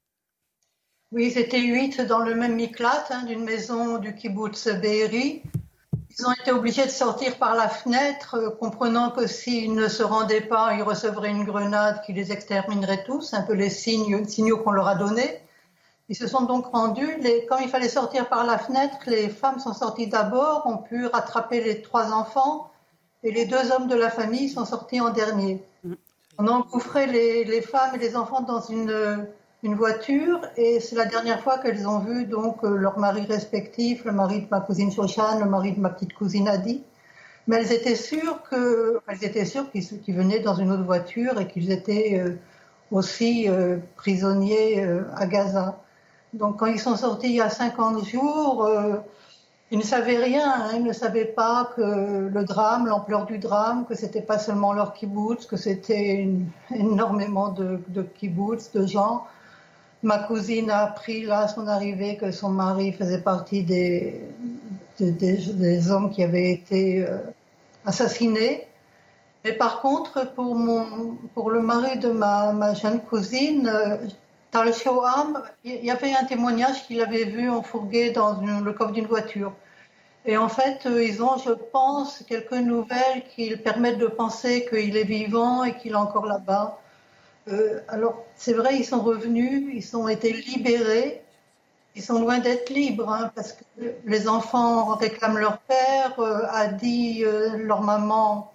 Oui, c'était huit dans le même miklat hein, d'une maison du kibbutz Be'eri. Ils ont été obligés de sortir par la fenêtre, euh, comprenant que s'ils ne se rendaient pas, ils recevraient une grenade qui les exterminerait tous, un peu les signes, signaux qu'on leur a donnés. Ils se sont donc rendus. Les, quand il fallait sortir par la fenêtre, les femmes sont sorties d'abord, ont pu rattraper les trois enfants, et les deux hommes de la famille sont sortis en dernier. On a engouffré les, les femmes et les enfants dans une... une voiture, et c'est la dernière fois qu'elles ont vu donc leurs maris respectifs, le mari de ma cousine Shoshane, le mari de ma petite cousine Adi. Mais elles étaient sûres que, elles étaient sûres qu'ils, qu'ils venaient dans une autre voiture et qu'ils étaient euh, aussi euh, prisonniers euh, à Gaza. Donc quand ils sont sortis il y a cinquante jours, euh, ils ne savaient rien, hein, ils ne savaient pas que le drame, l'ampleur du drame, que c'était pas seulement leur kibbutz, que c'était une, énormément de, de kibbutz, de gens. Ma cousine a appris là à son arrivée que son mari faisait partie des, des, des, des hommes qui avaient été euh, assassinés. Mais par contre, pour, mon, pour le mari de ma, ma jeune cousine, euh, Tal Shoham, il y avait un témoignage qu'il avait vu enfourgué dans une, le coffre d'une voiture. Et en fait, euh, ils ont, je pense, quelques nouvelles qui permettent de penser qu'il est vivant et qu'il est encore là-bas. Euh, alors, c'est vrai, ils sont revenus, ils ont été libérés, ils sont loin d'être libres, hein, parce que les enfants réclament leur père, euh, a dit euh, leur maman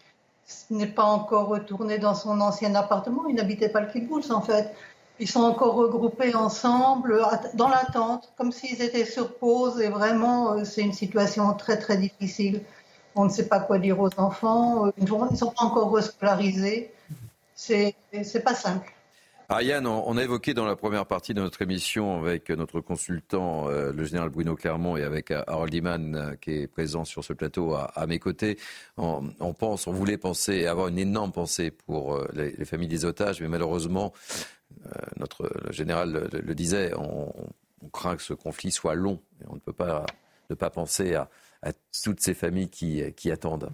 n'est pas encore retournée dans son ancien appartement, ils n'habitaient pas le kibbutz en fait. Ils sont encore regroupés ensemble, dans l'attente, comme s'ils étaient sur pause, et vraiment, euh, c'est une situation très très difficile. On ne sait pas quoi dire aux enfants, ils ne sont pas encore rescolarisés. C'est, c'est pas simple.
Ariane, on a évoqué dans la première partie de notre émission avec notre consultant, euh, le général Bruno Clermont, et avec Harold Iman, euh, qui est présent sur ce plateau à, à mes côtés. On, on pense, on voulait penser, avoir une énorme pensée pour euh, les, les familles des otages, mais malheureusement, euh, notre le général le, le disait, on, on craint que ce conflit soit long. Et on ne peut pas ne pas penser à, à toutes ces familles qui, qui attendent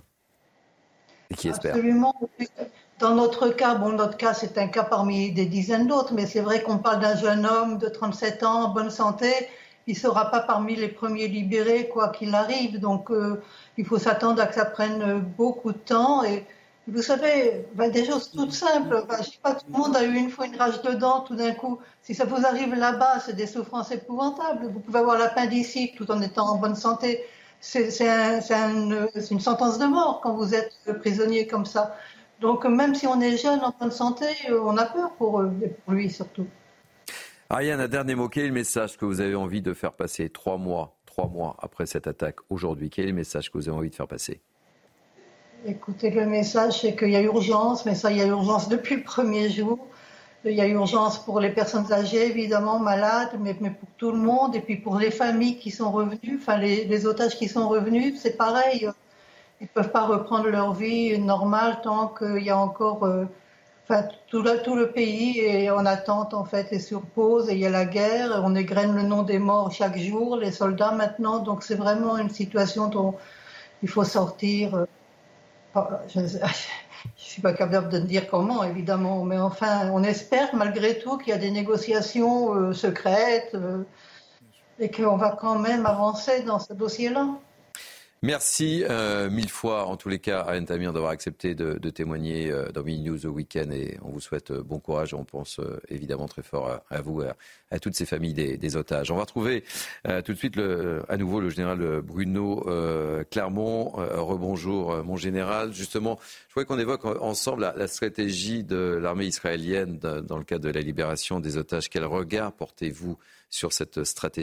et qui espèrent.
Absolument. Dans notre cas, bon, notre cas, c'est un cas parmi des dizaines d'autres, mais c'est vrai qu'on parle d'un jeune homme de trente-sept ans, en bonne santé, il ne sera pas parmi les premiers libérés, quoi qu'il arrive. Donc, euh, il faut s'attendre à que ça prenne beaucoup de temps. Et vous savez, ben, des choses toutes simples. Ben, je ne sais pas, tout le monde a eu une fois une rage de dents, tout d'un coup. Si ça vous arrive là-bas, c'est des souffrances épouvantables. Vous pouvez avoir l'appendicite tout en étant en bonne santé. C'est, c'est, un, c'est, un, c'est une sentence de mort quand vous êtes prisonnier comme ça. Donc, même si on est jeune, en bonne santé, on a peur pour eux, et pour lui surtout.
Ariane, un dernier mot. Quel est le message que vous avez envie de faire passer trois mois, trois mois après cette attaque aujourd'hui? Quel est le message que vous avez envie de faire passer?
Écoutez, le message, c'est qu'il y a urgence, mais ça, il y a urgence depuis le premier jour. Il y a urgence pour les personnes âgées, évidemment, malades, mais, mais pour tout le monde, et puis pour les familles qui sont revenues, enfin les, les otages qui sont revenus, c'est pareil. Ils ne peuvent pas reprendre leur vie normale tant qu'il y a encore... Euh, enfin, tout le, tout le pays est en attente, en fait, et sur pause, et il y a la guerre, on égrène le nom des morts chaque jour, les soldats maintenant, donc c'est vraiment une situation dont il faut sortir. Je ne suis pas capable de dire comment, évidemment, mais enfin, on espère malgré tout qu'il y a des négociations euh, secrètes euh, et qu'on va quand même avancer dans ce dossier-là.
Merci euh, mille fois, en tous les cas, Ariane Tamir, d'avoir accepté de, de témoigner euh, dans Mini News The Weekend, et on vous souhaite euh, bon courage. On pense euh, évidemment très fort à, à vous, à, à toutes ces familles des, des otages. On va retrouver euh, tout de suite le, à nouveau le général Bruno euh, Clermont. Euh, rebonjour, euh, mon général. Justement, je voudrais qu'on évoque ensemble la, la stratégie de l'armée israélienne de, dans le cadre de la libération des otages. Quel regard portez-vous sur cette stratégie ?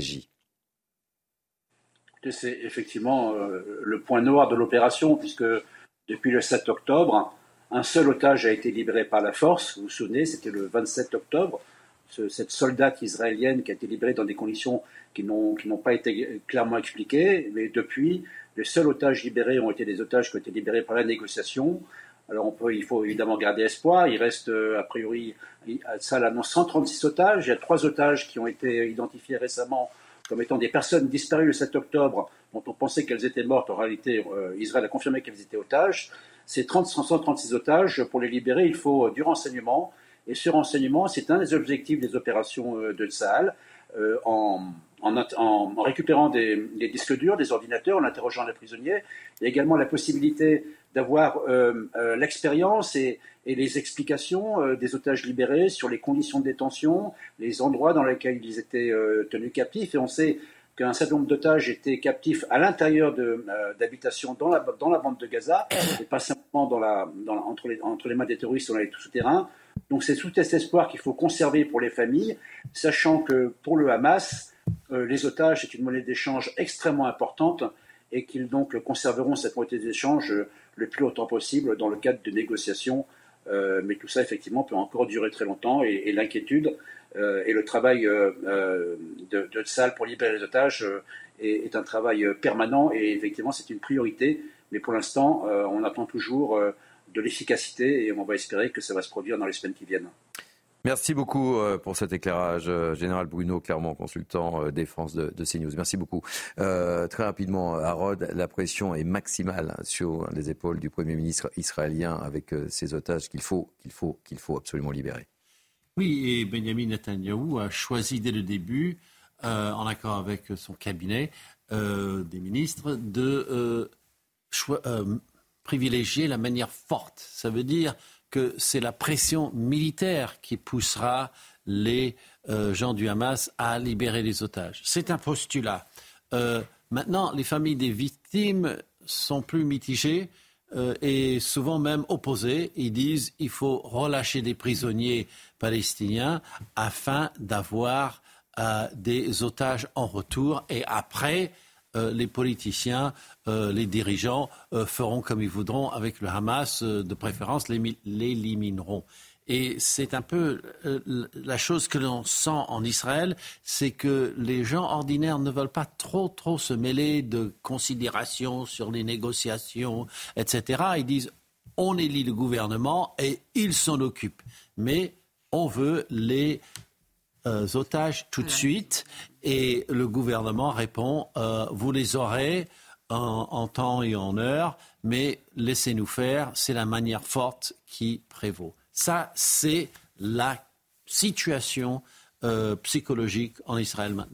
C'est effectivement euh, le point noir de l'opération, puisque depuis le sept octobre, un seul otage a été libéré par la force. Vous vous souvenez, c'était le vingt-sept octobre. Ce, cette soldate israélienne qui a été libérée dans des conditions qui n'ont, qui n'ont pas été clairement expliquées. Mais depuis, les seuls otages libérés ont été des otages qui ont été libérés par la négociation. Alors on peut, il faut évidemment garder espoir. Il reste euh, a priori, ça l'annonce cent trente-six otages. Il y a trois otages qui ont été identifiés récemment comme étant des personnes disparues le sept octobre, dont on pensait qu'elles étaient mortes. En réalité, euh, Israël a confirmé qu'elles étaient otages. Ces trente, cent trente-six otages, pour les libérer, il faut du renseignement. Et ce renseignement, c'est un des objectifs des opérations euh, de Tsahal, euh, en, en, en, en récupérant des, des disques durs, des ordinateurs, en interrogeant les prisonniers. Il y a également la possibilité d'avoir euh, euh, l'expérience et, et les explications euh, des otages libérés sur les conditions de détention, les endroits dans lesquels ils étaient euh, tenus captifs. Et on sait qu'un certain nombre d'otages étaient captifs à l'intérieur de, euh, d'habitations dans la, dans la bande de Gaza, et pas simplement dans la, dans la, entre, les, entre les mains des terroristes dans les souterrains. Donc c'est sous cet espoir qu'il faut conserver pour les familles, sachant que pour le Hamas, euh, les otages, c'est une monnaie d'échange extrêmement importante, et qu'ils donc conserveront cette monnaie d'échange le plus longtemps possible dans le cadre de négociations. Euh, mais tout ça, effectivement, peut encore durer très longtemps. Et, et l'inquiétude euh, et le travail euh, euh, de, de Tsahal pour libérer les otages euh, est, est un travail permanent. Et effectivement, c'est une priorité. Mais pour l'instant, euh, on attend toujours euh, de l'efficacité, et on va espérer que ça va se produire dans les semaines qui viennent.
Merci beaucoup pour cet éclairage, Général Bruno Clermont, consultant euh, défense de, de CNews. Merci beaucoup. Euh, très rapidement, Harod, la pression est maximale sur les épaules du Premier ministre israélien avec euh, ces otages qu'il faut, qu'il faut, qu'il faut absolument libérer.
Oui, et Benjamin Netanyahou a choisi dès le début, euh, en accord avec son cabinet euh, des ministres, de euh, cho- euh, privilégier la manière forte. Ça veut dire que c'est la pression militaire qui poussera les euh, gens du Hamas à libérer les otages. C'est un postulat. Euh, maintenant, les familles des victimes sont plus mitigées euh, et souvent même opposées. Ils disent qu'il faut relâcher des prisonniers palestiniens afin d'avoir euh, des otages en retour, et après, Euh, les politiciens, euh, les dirigeants euh, feront comme ils voudront avec le Hamas, euh, de préférence l'émi- l'élimineront. Et c'est un peu euh, la chose que l'on sent en Israël, c'est que les gens ordinaires ne veulent pas trop, trop se mêler de considérations sur les négociations, et cetera. Ils disent, on élit le gouvernement et il s'en occupe. Mais on veut les euh, otages tout de suite. Et le gouvernement répond, euh, vous les aurez en, en temps et en heure, mais laissez-nous faire, c'est la manière forte qui prévaut. Ça, c'est la situation euh, psychologique en Israël maintenant.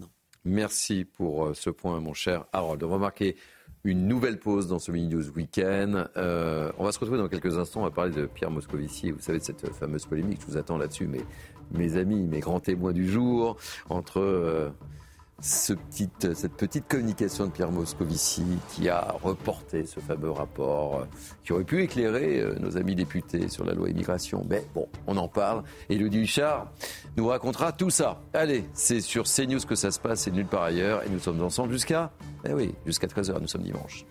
Merci pour ce point, mon cher Harold. On va marquer une nouvelle pause dans ce Mini News Weekend. Euh, on va se retrouver dans quelques instants. On va parler de Pierre Moscovici. Vous savez, de cette fameuse polémique. Je vous attends là-dessus, mes, mes amis, mes grands témoins du jour, entre euh, ce petit, cette petite communication de Pierre Moscovici qui a reporté ce fameux rapport euh, qui aurait pu éclairer euh, nos amis députés sur la loi immigration. Mais bon, on en parle. Élodie Huchard nous racontera tout ça. Allez, c'est sur CNews que ça se passe et nulle part ailleurs. Et nous sommes ensemble jusqu'à, eh oui, jusqu'à treize heures. Nous sommes dimanche.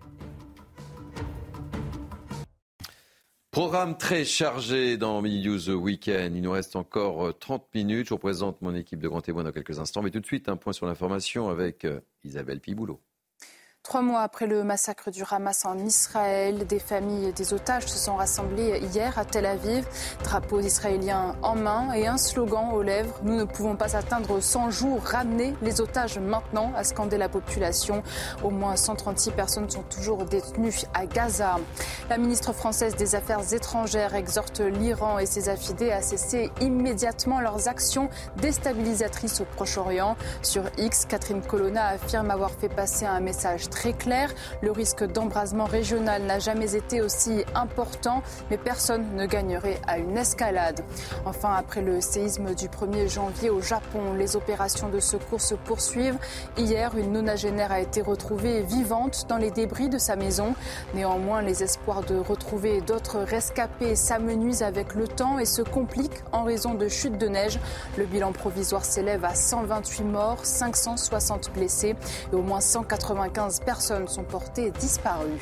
Programme très chargé dans Mini News Weekend. Il nous reste encore trente minutes. Je vous présente mon équipe de grands témoins dans quelques instants. Mais tout de suite, un point sur l'information avec Isabelle Piboulot.
Trois mois après le massacre du Hamas en Israël, des familles et des otages se sont rassemblés hier à Tel Aviv. Drapeaux israéliens en main et un slogan aux lèvres. Nous ne pouvons pas atteindre cent jours. Ramener les otages maintenant, a scandé la population. Au moins cent trente-six personnes sont toujours détenues à Gaza. La ministre française des Affaires étrangères exhorte l'Iran et ses affidés à cesser immédiatement leurs actions déstabilisatrices au Proche-Orient. Sur X, Catherine Colonna affirme avoir fait passer un message très clair. Le risque d'embrasement régional n'a jamais été aussi important, mais personne ne gagnerait à une escalade. Enfin, après le séisme du premier janvier au Japon, les opérations de secours se poursuivent. Hier, une nonagénaire a été retrouvée vivante dans les débris de sa maison. Néanmoins, les espoirs de retrouver d'autres rescapés s'amenuisent avec le temps et se compliquent en raison de chutes de neige. Le bilan provisoire s'élève à cent vingt-huit morts, cinq cent soixante blessés et au moins cent quatre-vingt-quinze personnes sont portées disparues.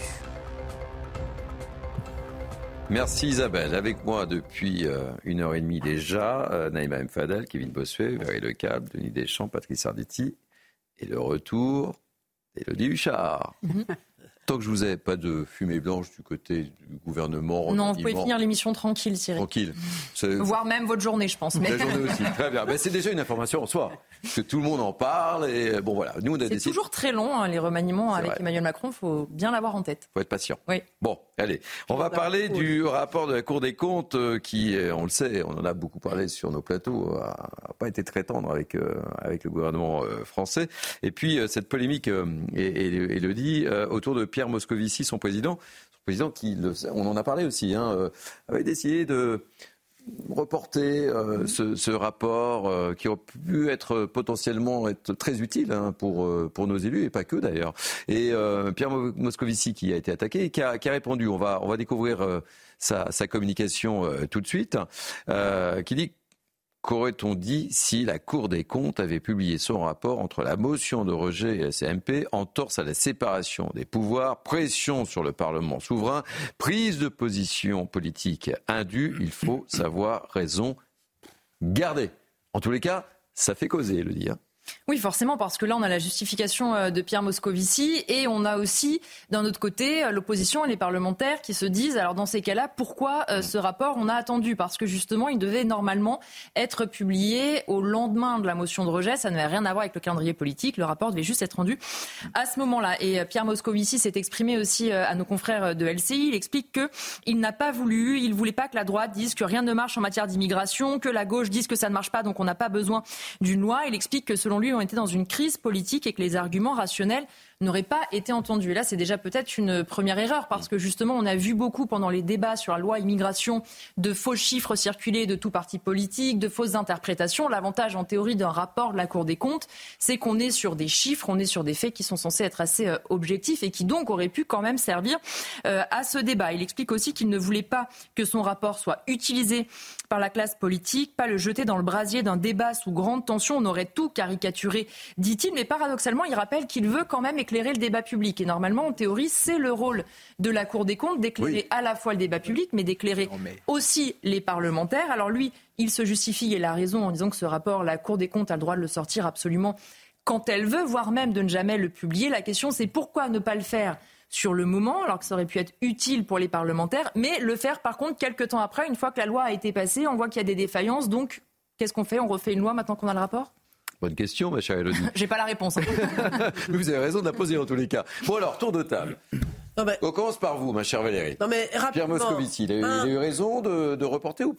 Merci Isabelle. Avec moi depuis euh, une heure et demie déjà, euh, Naïma M. Fadel, Kevin Bossuet, Valérie Lecable, Denis Deschamps, Patrice Arditi et le retour d'Élodie Huchard. Mm-hmm. Tant que je vous ai pas de fumée blanche du côté du gouvernement.
Non, vous pouvez finir l'émission tranquille, Cyril.
Tranquille.
C'est... Voire même votre journée, je pense. Mais...
La journée aussi, très bien. Ben, c'est déjà une information en soi, que tout le monde en parle. Et bon, voilà. Nous, on a
c'est
décidé...
toujours très long, hein, les remaniements c'est avec vrai. Emmanuel Macron. Il faut bien l'avoir en tête.
Il faut être patient.
Oui.
Bon, allez. On va parler cool. du rapport de la Cour des comptes euh, qui, on le sait, on en a beaucoup parlé sur nos plateaux, n'a pas été très tendre avec, euh, avec le gouvernement euh, français. Et puis, euh, cette polémique, euh, et, et, et le dit, euh, autour de Pierre Moscovici, son président, son président qui, le, on en a parlé aussi, hein, euh, avait décidé de reporter euh, ce, ce rapport euh, qui aurait pu être potentiellement être très utile hein, pour euh, pour nos élus et pas que d'ailleurs. Et euh, Pierre Moscovici qui a été attaqué et qui a, qui a répondu. On va on va découvrir euh, sa, sa communication euh, tout de suite, euh, qui dit. Qu'aurait-on dit si la Cour des comptes avait publié son rapport entre la motion de rejet et la C M P, entorse à la séparation des pouvoirs, pression sur le Parlement souverain, prise de position politique indue, il faut savoir raison garder. En tous les cas, ça fait causer, le dire.
Oui, forcément, parce que là, on a la justification de Pierre Moscovici et on a aussi, d'un autre côté, l'opposition et les parlementaires qui se disent, alors dans ces cas-là, pourquoi euh, ce rapport on a attendu ? Parce que justement, il devait normalement être publié au lendemain de la motion de rejet. Ça n'avait rien à voir avec le calendrier politique. Le rapport devait juste être rendu à ce moment-là. Et Pierre Moscovici s'est exprimé aussi à nos confrères de L C I. Il explique qu'il n'a pas voulu, il ne voulait pas que la droite dise que rien ne marche en matière d'immigration, que la gauche dise que ça ne marche pas, donc on n'a pas besoin d'une loi. Il explique que selon lui, on était dans une crise politique et que les arguments rationnels n'auraient pas été entendus. Et là, c'est déjà peut-être une première erreur parce que justement, on a vu beaucoup pendant les débats sur la loi immigration de faux chiffres circuler de tout parti politique, de fausses interprétations. L'avantage en théorie d'un rapport de la Cour des comptes, c'est qu'on est sur des chiffres, on est sur des faits qui sont censés être assez euh, objectifs et qui donc auraient pu quand même servir euh, à ce débat. Il explique aussi qu'il ne voulait pas que son rapport soit utilisé par la classe politique, pas le jeter dans le brasier d'un débat sous grande tension. On aurait tout caricaturé, dit-il, mais paradoxalement, il rappelle qu'il veut quand même éclairer le débat public. Et normalement, en théorie, c'est le rôle de la Cour des comptes d'éclairer oui. à la fois le débat public, mais d'éclairer non, mais... aussi les parlementaires. Alors lui, il se justifie, et il a raison, en disant que ce rapport, la Cour des comptes a le droit de le sortir absolument quand elle veut, voire même de ne jamais le publier. La question, c'est pourquoi ne pas le faire sur le moment, alors que ça aurait pu être utile pour les parlementaires, mais le faire par contre quelques temps après, une fois que la loi a été passée, on voit qu'il y a des défaillances, donc qu'est-ce qu'on fait ? On refait une loi maintenant qu'on a le rapport ?
Bonne question, ma chère Élodie.
J'ai pas la réponse. Hein.
Vous avez raison de la poser en tous les cas. Bon alors, tour de table. Non, mais... On commence par vous, ma chère Valérie.
Non, mais rapidement,
Pierre Moscovici, il a, eu, un... il a eu raison de, de reporter ou pas ?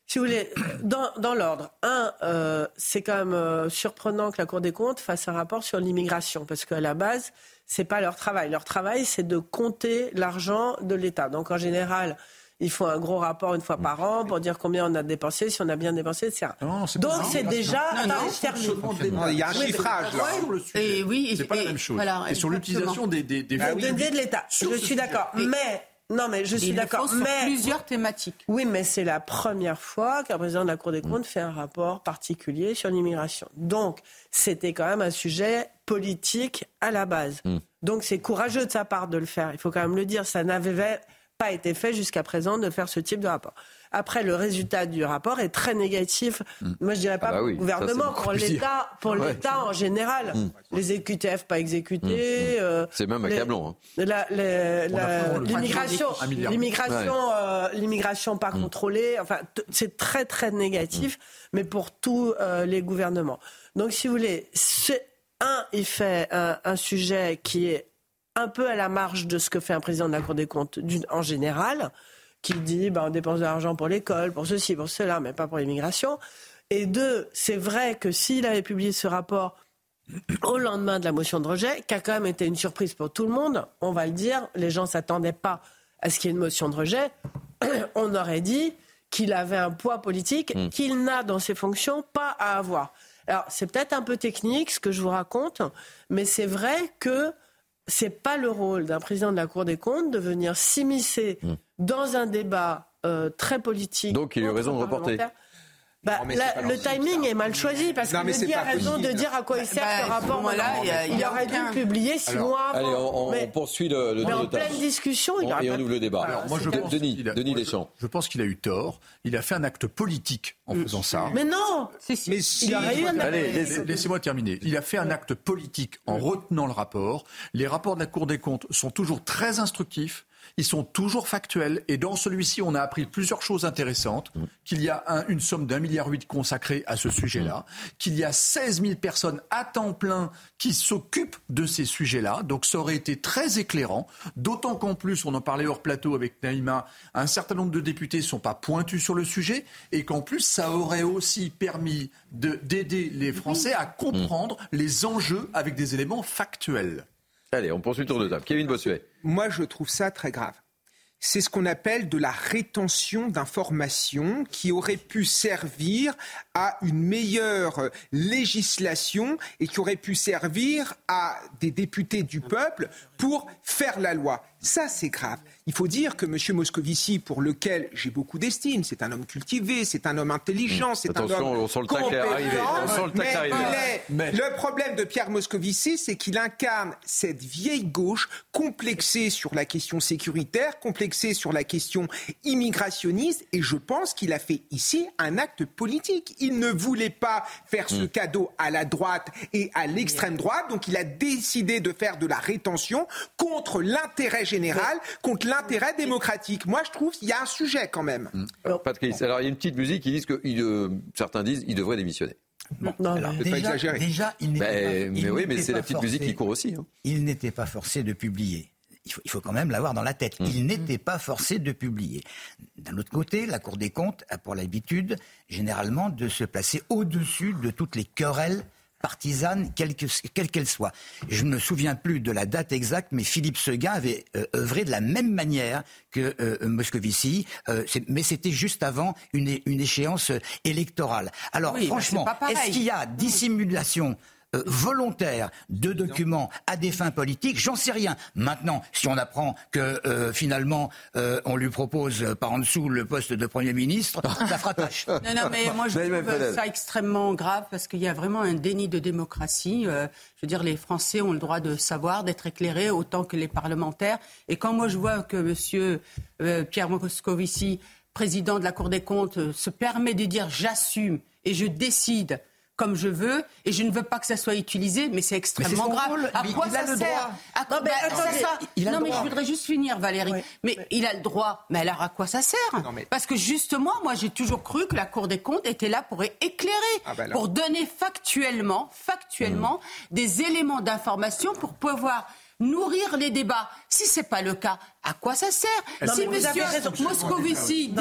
Si vous voulez, dans, dans l'ordre, un, euh, c'est quand même euh, surprenant que la Cour des comptes fasse un rapport sur l'immigration, parce qu'à la base, c'est pas leur travail. Leur travail, c'est de compter l'argent de l'État. Donc en général, ils font un gros rapport une fois par an pour dire combien on a dépensé, si on a bien dépensé, et cetera. Non, c'est Donc c'est déjà...
Non, non, il y a un chiffrage là.
Et oui,
c'est pas la même chose. Voilà, et sur l'utilisation des, des, des fonds
de l'État. Je suis d'accord. Mais... Non, mais je suis d'accord.
Sur
mais
plusieurs thématiques.
Oui, mais c'est la première fois qu'un président de la Cour des comptes fait un rapport particulier sur l'immigration. Donc, c'était quand même un sujet politique à la base. Mm. Donc, c'est courageux de sa part de le faire. Il faut quand même le dire. Ça n'avait pas été fait jusqu'à présent de faire ce type de rapport. Après, le résultat du rapport est très négatif. Mmh. Moi, je dirais pas ah bah oui, pour le gouvernement, pour l'État, pour ouais. l'État en général. Mmh. Les E Q T F pas exécutés. Mmh. Euh,
c'est même accablant. Hein.
La, la, la, l'immigration, l'immigration, ouais. euh, l'immigration pas mmh. contrôlée. Enfin, t- c'est très très négatif, mmh. mais pour tous euh, les gouvernements. Donc, si vous voulez, c'est, un, il fait un, un sujet qui est un peu à la marge de ce que fait un président de la Cour des comptes en général, qui dit ben, on dépense de l'argent pour l'école, pour ceci, pour cela, mais pas pour l'immigration. Et deux, c'est vrai que s'il avait publié ce rapport au lendemain de la motion de rejet, qui a quand même été une surprise pour tout le monde, on va le dire, les gens ne s'attendaient pas à ce qu'il y ait une motion de rejet, on aurait dit qu'il avait un poids politique mmh. qu'il n'a dans ses fonctions pas à avoir. Alors, c'est peut-être un peu technique ce que je vous raconte, mais c'est vrai que c'est pas le rôle d'un président de la Cour des comptes de venir s'immiscer mmh. dans un débat euh, très politique.
Donc il a eu raison de reporter.
Bah, non, la, le timing est mal choisi parce non, que Mehdi a raison possible. de dire à quoi il sert bah, ce rapport. Là, il, a, il, il aurait dû le publier six alors, mois avant.
Allez, on, mais, on poursuit le, le
mais en pleine discussion, il
on, et on ouvre le débat.
Alors, moi, je pense
Denis,
a,
Denis
moi,
Deschamps.
Je, je pense qu'il a eu tort. Il a fait un acte politique en mmh. faisant ça.
Mais non
mais si, il aurait eu un Allez, laissez, laissez-moi terminer. Il a fait un acte politique en retenant le rapport. Les rapports de la Cour des comptes sont toujours très instructifs. Ils sont toujours factuels et dans celui-ci, on a appris plusieurs choses intéressantes, mmh. qu'il y a un, une somme d'un milliard huit consacrée à ce sujet-là, mmh. qu'il y a seize mille personnes à temps plein qui s'occupent de ces sujets-là. Donc ça aurait été très éclairant, d'autant qu'en plus, on en parlait hors plateau avec Naïma, un certain nombre de députés ne sont pas pointus sur le sujet et qu'en plus, ça aurait aussi permis de, d'aider les Français à comprendre mmh. les enjeux avec des éléments factuels.
Allez, on poursuit le tour de table. Kevin Bossuet.
Moi, je trouve ça très grave. C'est ce qu'on appelle de la rétention d'informations qui aurait pu servir à une meilleure législation et qui aurait pu servir à des députés du peuple pour faire la loi. Ça, c'est grave. Il faut dire que M. Moscovici, pour lequel j'ai beaucoup d'estime, c'est un homme cultivé, c'est un homme intelligent, c'est
Attention,
un homme
on sent le tacle arriver. On sent le tacle arriver.
Mais le problème de Pierre Moscovici, c'est qu'il incarne cette vieille gauche complexée sur la question sécuritaire, complexée sur la question immigrationniste, et je pense qu'il a fait ici un acte politique. Il ne voulait pas faire ce mmh. cadeau à la droite et à l'extrême droite, donc il a décidé de faire de la rétention contre l'intérêt général, contre l'intérêt démocratique. Moi, je trouve qu'il y a un sujet quand même.
Mmh. Alors, Patrice, alors il y a une petite musique qui dit que il, euh, certains disent qu'il devrait démissionner.
Bon, non, alors, déjà, pas exagérer. Déjà, il n'était
mais,
pas, il
mais oui, mais c'est
la
petite
forcé,
musique qui court aussi. Hein.
Il n'était pas forcé de publier. Il faut, il faut quand même l'avoir dans la tête. Mmh. Il n'était pas forcé de publier. D'un autre côté, la Cour des comptes a pour l'habitude, généralement, de se placer au-dessus de toutes les querelles partisanes, quelles qu'elles qu'elles soient. Je ne me souviens plus de la date exacte, mais Philippe Seguin avait euh, œuvré de la même manière que euh, Moscovici, euh, mais c'était juste avant une, une échéance électorale. Alors oui, franchement, est-ce qu'il y a dissimulation Euh, volontaire de documents à des fins politiques, j'en sais rien. Maintenant, si on apprend que euh, finalement euh, on lui propose euh, par en dessous le poste de Premier ministre, ça fera tâche.
Non, non, mais moi je trouve ça extrêmement grave parce qu'il y a vraiment un déni de démocratie. Euh, je veux dire, les Français ont le droit de savoir, d'être éclairés autant que les parlementaires. Et quand moi je vois que Monsieur euh, Pierre Moscovici, président de la Cour des comptes, euh, se permet de dire j'assume et je décide comme je veux, et je ne veux pas que ça soit utilisé, mais c'est extrêmement mais c'est grave. Rôle, à quoi ça sert à quoi, non, mais, bah, attendez, ça, il a non, mais je voudrais juste finir, Valérie. Oui, mais oui. Il a le droit. Mais alors, à quoi ça sert non, mais... Parce que justement, moi, j'ai toujours cru que la Cour des comptes était là pour éclairer, ah ben pour donner factuellement, factuellement, mmh. des éléments d'information pour pouvoir nourrir les débats. Si c'est pas le cas, à quoi ça sert? Non, si M. Moscovici dit...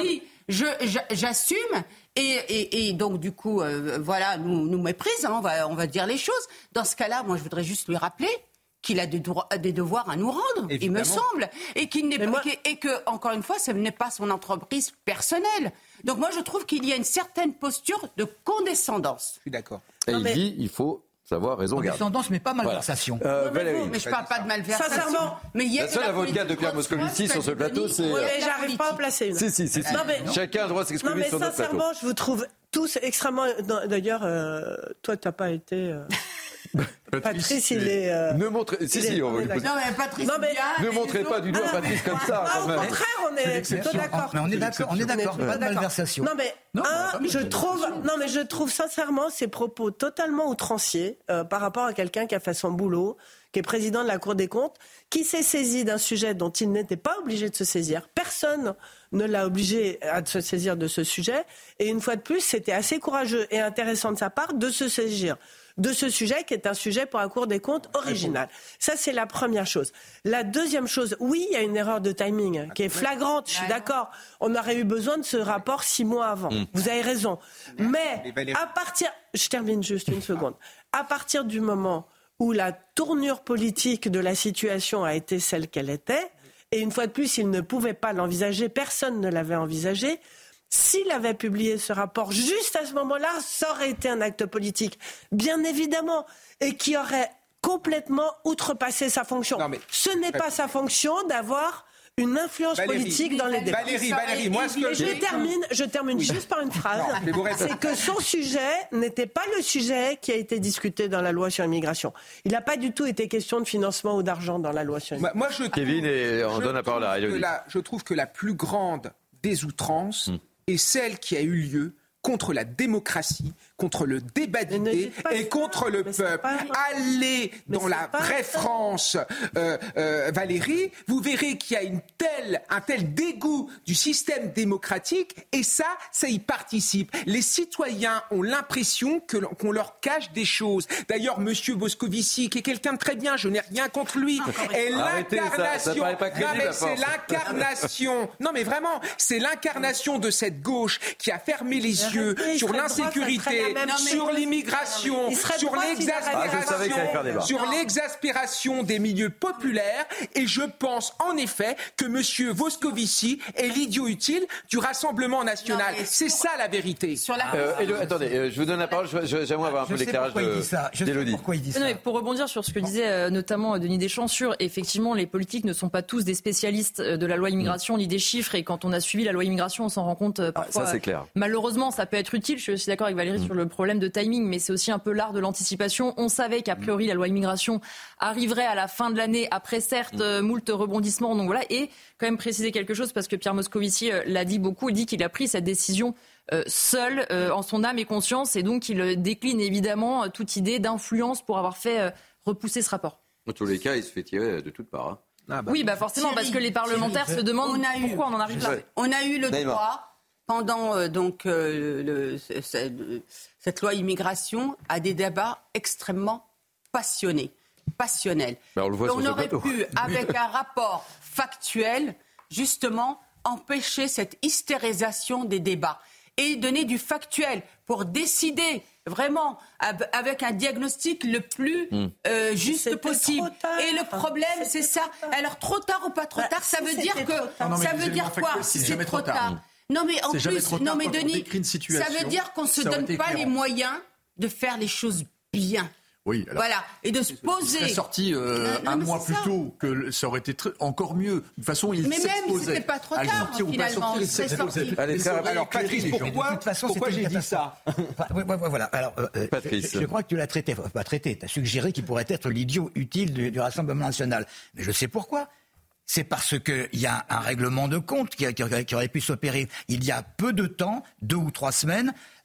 je, j'assume et, et, et donc du coup, euh, voilà, nous, nous méprise, hein, on va, on va dire les choses. Dans ce cas-là, moi, je voudrais juste lui rappeler qu'il a des, droits, des devoirs à nous rendre, évidemment. Il me semble, et qu'il n'est moi... et que, encore une fois, ce n'est pas son entreprise personnelle. Donc moi, je trouve qu'il y a une certaine posture de condescendance.
Je suis d'accord.
Et
non,
il
mais...
dit, il faut savoir raison garder.
Condescendance, mais pas malversation.
Voilà. Euh,
mais, vous, mais je ne parle pas de malversation.
Sincèrement,
mais il y a
la seule avocate de Pierre Moscovici sur ce plateau, c'est...
Oui, mais j'arrive pas à en placer une.
Si, si, si. si.
Non, mais...
Chacun a le droit de s'exprimer sur notre plateau.
Sincèrement, je vous trouve tous extrêmement... D'ailleurs, euh, toi, tu n'as pas été... Euh... Patrice, Patrice, il est. Euh...
Ne montrez. Si, si, on va
Non, mais Patrice. Non, mais...
Ne montrez pas du doigt
ah,
Patrice comme ça.
Ah, au contraire, on est plutôt d'accord.
Mais on est d'accord, on est d'accord, pas de malversation.
Non, mais, non, un, je trouve, non, mais je trouve sincèrement ces propos totalement outranciers euh, par rapport à quelqu'un qui a fait son boulot, qui est président de la Cour des comptes, qui s'est saisi d'un sujet dont il n'était pas obligé de se saisir. Personne ne l'a obligé à se saisir de ce sujet. Et une fois de plus, c'était assez courageux et intéressant de sa part de se saisir de ce sujet qui est un sujet pour la Cour des comptes original. Ça, c'est la première chose. La deuxième chose, oui, il y a une erreur de timing qui est flagrante, je suis d'accord. On aurait eu besoin de ce rapport six mois avant. Mmh. Vous avez raison. Mais à partir... Je termine juste une seconde. À partir du moment où la tournure politique de la situation a été celle qu'elle était, et une fois de plus, il ne pouvait pas l'envisager, personne ne l'avait envisagé. S'il avait publié ce rapport juste à ce moment-là, ça aurait été un acte politique, bien évidemment, et qui aurait complètement outrepassé sa fonction. Non, mais... Ce n'est pas sa fonction d'avoir une influence Valérie, politique dans les débats.
Valérie, Valérie, moi, ce que
et je termine, je termine oui. juste par une phrase. Non, c'est que son sujet n'était pas le sujet qui a été discuté dans la loi sur l'immigration. Il n'a pas du tout été question de financement ou d'argent dans la loi sur l'immigration.
Moi, je,
Kevin, et on donne la parole à Élodie.
Je trouve que la plus grande des outrances hum. est celle qui a eu lieu contre la démocratie, contre le débat d'idées et contre le peuple. Allez dans la vraie France, euh, euh, Valérie, vous verrez qu'il y a une telle, un tel dégoût du système démocratique et ça, ça y participe. Les citoyens ont l'impression que, qu'on leur cache des choses. D'ailleurs, Monsieur Moscovici, qui est quelqu'un de très bien, je n'ai rien contre lui, est l'incarnation... Ça, ça pas crédible, non mais c'est l'incarnation... Non mais vraiment, c'est l'incarnation de cette gauche qui a fermé les yeux sur l'insécurité, sur l'immigration, sur l'exaspération, ah, sur l'exaspération des milieux populaires. Et je pense en effet que M. Moscovici est l'idiot utile du Rassemblement national. Non, c'est ça la vérité. Sur la...
euh, et le, attendez, euh, je vous donne la parole. J'aimerais avoir un je peu l'éclairage d'Élodie.
Pourquoi il dit ça. Non, pour rebondir sur ce que disait euh, notamment Denis Deschamps sur effectivement les politiques ne sont pas tous des spécialistes de la loi immigration mmh. ni des chiffres. Et quand on a suivi la loi immigration, on s'en rend compte euh, parfois.
Ah, ça c'est clair.
Euh, malheureusement, ça peut être utile. Je suis aussi d'accord avec Valérie mmh. sur le problème de timing, mais c'est aussi un peu l'art de l'anticipation. On savait qu'a priori la loi immigration arriverait à la fin de l'année, après certes mmh. moult rebondissements. Donc voilà, et quand même préciser quelque chose parce que Pierre Moscovici euh, l'a dit beaucoup. Il dit qu'il a pris cette décision euh, seul, euh, en son âme et conscience, et donc il décline évidemment euh, toute idée d'influence pour avoir fait euh, repousser ce rapport.
En tous les cas, il se fait tirer de toutes parts. Hein.
Ah bah, oui, bah forcément, Thierry, parce que les parlementaires Thierry, se demandent on a eu, pourquoi on en arrive là.
On a eu le Neymar. droit. Pendant euh, donc euh, le, cette, cette loi immigration à des débats extrêmement passionnés, passionnels.
Ben on le voit
on
sur
aurait pu, avec un rapport factuel, justement, empêcher cette hystérisation des débats et donner du factuel pour décider vraiment avec un diagnostic le plus mmh. euh, juste possible. Et le problème, c'est ça. Alors trop tard ou pas trop tard, bah, ça veut dire que
non, non,
ça veut dire quoi
si
c'est trop tard. tard. Non mais en
c'est
plus, non mais Denis, ça veut dire qu'on ne se donne pas les moyens de faire les choses bien.
Oui, alors,
voilà, et de se poser.
Il serait sorti euh, non, un mois plus ça. tôt, que ça aurait été très, encore mieux. De toute façon, il
mais même, c'était pas trop tard, finalement. Il serait sorti.
Allez, alors, Patrice, pourquoi, de toute façon, pourquoi j'ai dit ça
Voilà, alors, euh, Patrice. Je, je crois que tu l'as traité, enfin, pas traité, tu as suggéré qu'il pourrait être l'idiot utile du, du Rassemblement national. Mais je sais pourquoi. C'est parce qu'il y a un règlement de compte qui, a, qui aurait pu s'opérer il y a peu de temps, deux ou trois semaines.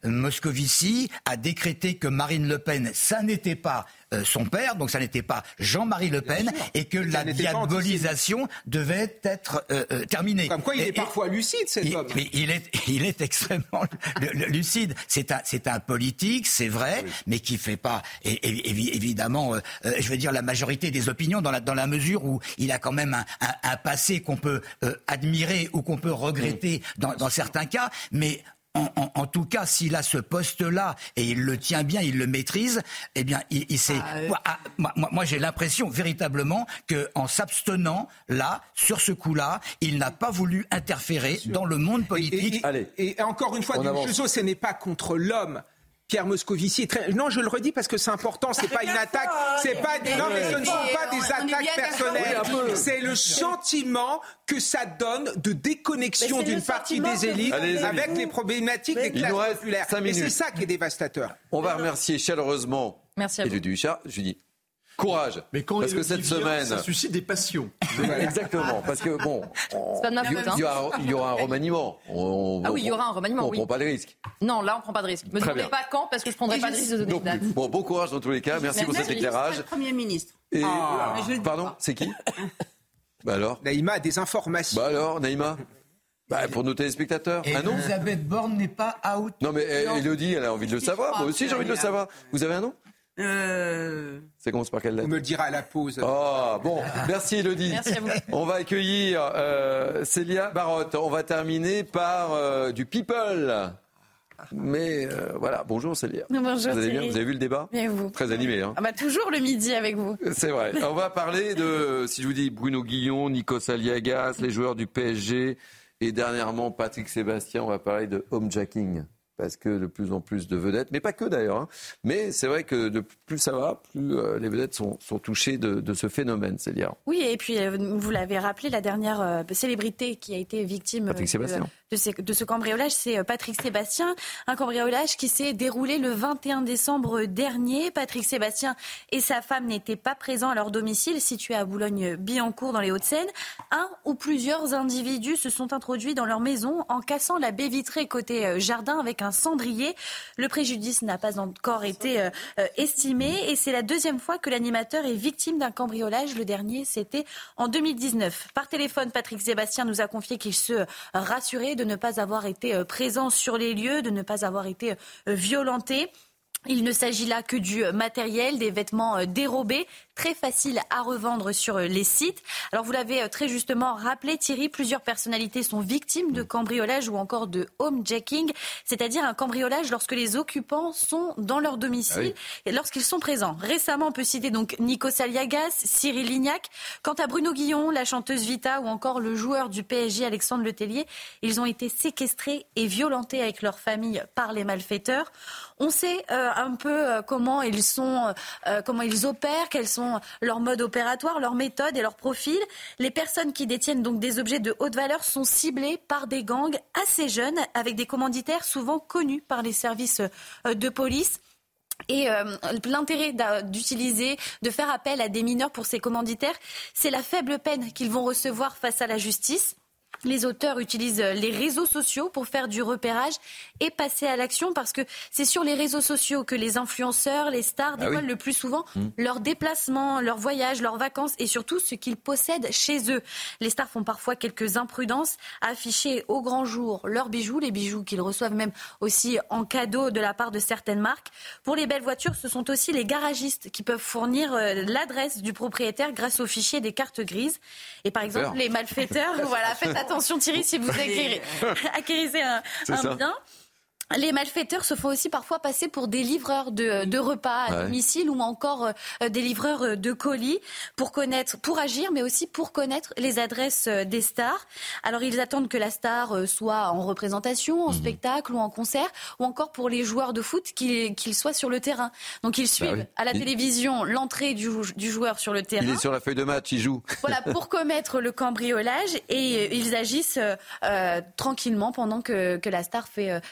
Moscovici a décrété que Marine Le Pen, ça n'était pas euh, son père, donc ça n'était pas Jean-Marie Le Pen, et que la diabolisation devait être euh, euh, terminée.
Comme quoi, il
et,
est parfois lucide, cet
il,
homme.
Mais il est, il est extrêmement lucide. C'est un, c'est un politique, c'est vrai, oui. mais qui fait pas, et, et, évidemment, euh, je veux dire, la majorité des opinions, dans la, dans la mesure où il a quand même un, un, un passé qu'on peut euh, admirer ou qu'on peut regretter oui. dans, dans certains cas, mais En, en, en tout cas, s'il a ce poste-là et il le tient bien, il le maîtrise, eh bien, il, il s'est. Ah, euh... moi, ah, moi, moi, j'ai l'impression véritablement que, en s'abstenant là, sur ce coup-là, il n'a pas voulu interférer dans le monde politique.
Et, et, Allez. et encore une fois, Duclos, ce n'est pas contre l'homme. Pierre Moscovici est très... Non, je le redis parce que c'est important, c'est pas une attaque, c'est pas des... non mais ce ne sont pas des attaques personnelles, c'est le sentiment que ça donne de déconnexion d'une partie des élites avec les problématiques des classes populaires. Et c'est ça qui est dévastateur.
On va remercier chaleureusement Élodie Huchard. Je lui dis courage,
mais quand
parce que cette vient, semaine,
ça suscite des passions.
Exactement, parce que bon, on...
c'est pas de ma faute.
Il y, aura, il y aura un remaniement. On,
ah oui, il y aura un remaniement.
On
oui.
prend pas de risque.
Non, là, on prend pas de risque. Me demandez pas quand, parce que je prendrai pas de risque de donner de date.
Bon, bon courage dans tous les cas. Merci, Merci pour cet éclairage.
Le Premier ministre.
Et, ah, euh, pardon, c'est qui? Bah alors.
Naïma a des informations.
Bah alors, Naïma. Bah, pour nos téléspectateurs.
Et
un nom.
Elisabeth Borne n'est pas out.
Non mais Élodie, elle a envie de le savoir. Moi aussi, j'ai envie de le savoir. Vous avez un nom?
Euh...
Ça commence par quelle lettre?
On me le dira à la pause.
Oh, bon, merci Élodie.
Merci à vous.
On va accueillir euh, Célia Barotte. On va terminer par euh, du people. Mais euh, voilà, bonjour Célia.
Bonjour
vous allez bien?
Thierry.
Vous avez vu le débat?
Bien vous.
Très animé. Hein.
Ah bah, toujours le midi avec vous.
C'est vrai. On va parler de, si je vous dis Bruno Guillon, Nikos Aliagas, les joueurs du P S G et dernièrement Patrick Sébastien. On va parler de homejacking. Parce que de plus en plus de vedettes, mais pas que d'ailleurs, hein. Mais c'est vrai que de plus ça va, plus euh, les vedettes sont, sont touchées de, de ce phénomène, Célia.
Oui, et puis euh, vous l'avez rappelé, la dernière euh, célébrité qui a été victime
Patrick
de,
Sébastien.
de, ce, de ce cambriolage, c'est Patrick Sébastien. Un cambriolage qui s'est déroulé le vingt et un décembre dernier. Patrick Sébastien et sa femme n'étaient pas présents à leur domicile, situé à Boulogne-Billancourt dans les Hauts-de-Seine. Un ou plusieurs individus se sont introduits dans leur maison en cassant la baie vitrée côté euh, jardin avec un cendrier. Le préjudice n'a pas encore été euh, estimé et c'est la deuxième fois que l'animateur est victime d'un cambriolage. Le dernier, c'était en deux mille dix-neuf. Par téléphone, Patrick Sébastien nous a confié qu'il se rassurait de ne pas avoir été présent sur les lieux, de ne pas avoir été violenté. Il ne s'agit là que du matériel, des vêtements dérobés, très faciles à revendre sur les sites. Alors vous l'avez très justement rappelé, Thierry, plusieurs personnalités sont victimes de cambriolage ou encore de homejacking, c'est-à-dire un cambriolage lorsque les occupants sont dans leur domicile ah oui. et lorsqu'ils sont présents. Récemment, on peut citer donc Nikos Aliagas, Cyril Lignac. Quant à Bruno Guillon, la chanteuse Vita ou encore le joueur du P S G Alexandre Letellier, ils ont été séquestrés et violentés avec leur famille par les malfaiteurs. On sait euh, un peu euh, comment ils sont, euh, comment ils opèrent, quels sont leurs modes opératoires, leurs méthodes et leurs profils. Les personnes qui détiennent donc des objets de haute valeur sont ciblées par des gangs assez jeunes, avec des commanditaires souvent connus par les services euh, de police. Et euh, l'intérêt d'utiliser, de faire appel à des mineurs pour ces commanditaires, c'est la faible peine qu'ils vont recevoir face à la justice. Les auteurs utilisent les réseaux sociaux pour faire du repérage et passer à l'action parce que c'est sur les réseaux sociaux que les influenceurs, les stars dévoilent ah oui. le plus souvent mmh. leurs déplacements, leurs voyages, leurs vacances et surtout ce qu'ils possèdent chez eux. Les stars font parfois quelques imprudences à afficher au grand jour leurs bijoux, les bijoux qu'ils reçoivent même aussi en cadeau de la part de certaines marques. Pour les belles voitures, ce sont aussi les garagistes qui peuvent fournir l'adresse du propriétaire grâce au fichier des cartes grises. Et par exemple, Alors. les malfaiteurs, voilà, faites attention. Attention Thierry, si vous acquérez, acquérissez un, un bien. Les malfaiteurs se font aussi parfois passer pour des livreurs de, de repas à ouais. domicile ou encore euh, des livreurs de colis pour connaître, pour agir, mais aussi pour connaître les adresses des stars. Alors ils attendent que la star euh, soit en représentation, en mmh. spectacle ou en concert, ou encore pour les joueurs de foot qu'ils, qu'ils soient sur le terrain. Donc ils suivent bah oui. à la il... télévision l'entrée du, du joueur sur le terrain.
Il est sur la feuille de match, il joue.
Voilà, pour commettre le cambriolage et euh, ils agissent euh, tranquillement pendant que, que la star fait, euh, fait son travail.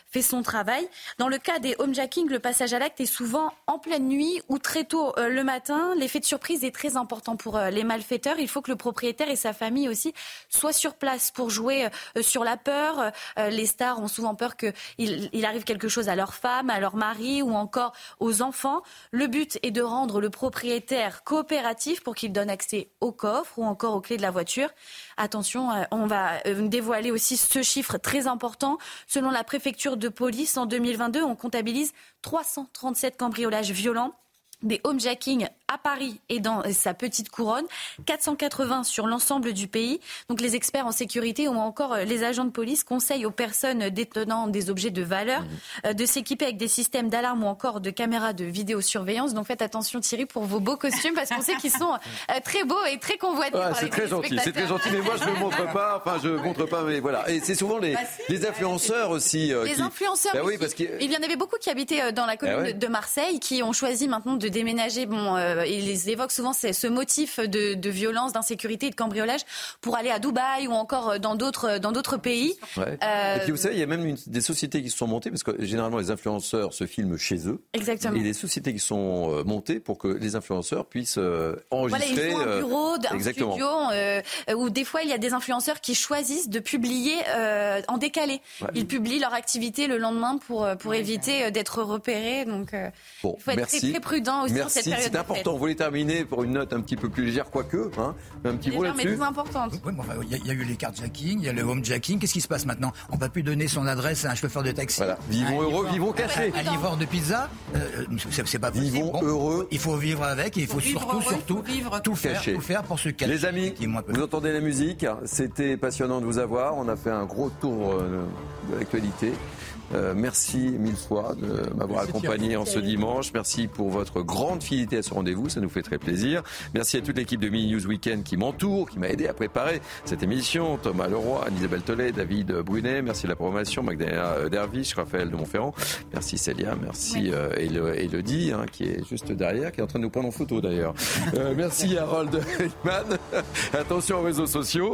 travail. Dans le cas des homejacking, le passage à l'acte est souvent en pleine nuit ou très tôt euh, le matin. L'effet de surprise est très important pour euh, les malfaiteurs. Il faut que le propriétaire et sa famille aussi soient sur place pour jouer euh, sur la peur. Euh, les stars ont souvent peur qu'il il arrive quelque chose à leur femme, à leur mari ou encore aux enfants. Le but est de rendre le propriétaire coopératif pour qu'il donne accès au coffre ou encore aux clés de la voiture. Attention, on va dévoiler aussi ce chiffre très important. Selon la préfecture de police, en deux mille vingt-deux, on comptabilise trois cent trente-sept cambriolages violents, des homejacking à Paris et dans sa petite couronne, quatre cent quatre-vingts sur l'ensemble du pays. Donc les experts en sécurité ou encore les agents de police conseillent aux personnes détenant des objets de valeur mmh. de s'équiper avec des systèmes d'alarme ou encore de caméras de vidéosurveillance. Donc faites attention Thierry pour vos beaux costumes parce qu'on sait qu'ils sont très beaux et très convoités
ouais,
par
c'est
les
très gentil, c'est très gentil, mais moi je ne montre pas, enfin je montre pas, mais voilà. Et c'est souvent les, bah, si, les influenceurs aussi. Euh,
les
qui...
influenceurs.
Bah,
aussi.
Oui, parce que...
Il y en avait beaucoup qui habitaient dans la commune bah, ouais. de Marseille, qui ont choisi maintenant de déménager. Bon, euh, ils évoquent souvent ce motif de, de violence, d'insécurité et de cambriolage pour aller à Dubaï ou encore dans d'autres dans d'autres pays.
Ouais. Euh... Et puis vous savez, il y a même une, des sociétés qui se sont montées parce que généralement les influenceurs se filment chez eux.
Exactement.
Et des sociétés qui sont euh, montées pour que les influenceurs puissent euh, enregistrer.
Voilà, ils font un bureau, un
exactement.
studio, euh, où des fois il y a des influenceurs qui choisissent de publier euh, en décalé. Ouais. Ils publient leur activité le lendemain pour pour éviter d'être repérés. Donc euh,
bon,
il faut être
merci.
très, très prudent aussi
merci.
dans cette période.
C'est important. Vous voulez terminer pour une note un petit peu plus légère, quoique, hein, un petit mot là-dessus.
Mais très importante.
Oui, enfin, il y, y a eu les carjacking, il y a le homejacking. Qu'est-ce qui se passe maintenant? On ne peut plus donner son adresse à un chauffeur de taxi.
Voilà. Vivons heureux, vivons cachés.
Un livreur de pizza, euh, c'est, c'est pas possible.
Vivons bon, heureux.
Il faut vivre avec et il faut, faut surtout, heureux, surtout, faut vivre tout faire, tout faire pour se cacher.
Les amis, vous entendez la musique. C'était passionnant de vous avoir. On a fait un gros tour de l'actualité. Euh, merci mille fois de m'avoir merci accompagné en ce dimanche. Merci pour votre grande fidélité à ce rendez-vous, ça nous fait très plaisir. Merci à toute l'équipe de Mini News Weekend qui m'entoure, qui m'a aidé à préparer cette émission. Thomas Leroy, Isabelle Tollet, David Brunet, merci de la programmation, Magdalena Derviche, Raphaël de Montferrand. Merci Célia, merci oui. euh, Elodie hein, qui est juste derrière, qui est en train de nous prendre en photo d'ailleurs. Euh, merci Harold Heyman. Attention aux réseaux sociaux.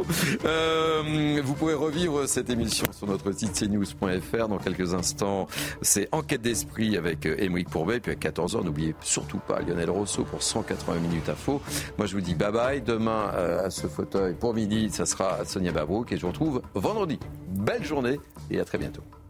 Euh, vous pouvez revivre cette émission sur notre site c news point f r dans quelques instants. C'est Enquête d'esprit avec Émeric Pourbet. Puis à quatorze heures, n'oubliez surtout pas Lionel Rousseau pour cent quatre-vingts minutes info. Moi, je vous dis bye bye. Demain, euh, à ce fauteuil pour midi, ça sera Sonia Babrouk et je vous retrouve vendredi. Belle journée et à très bientôt.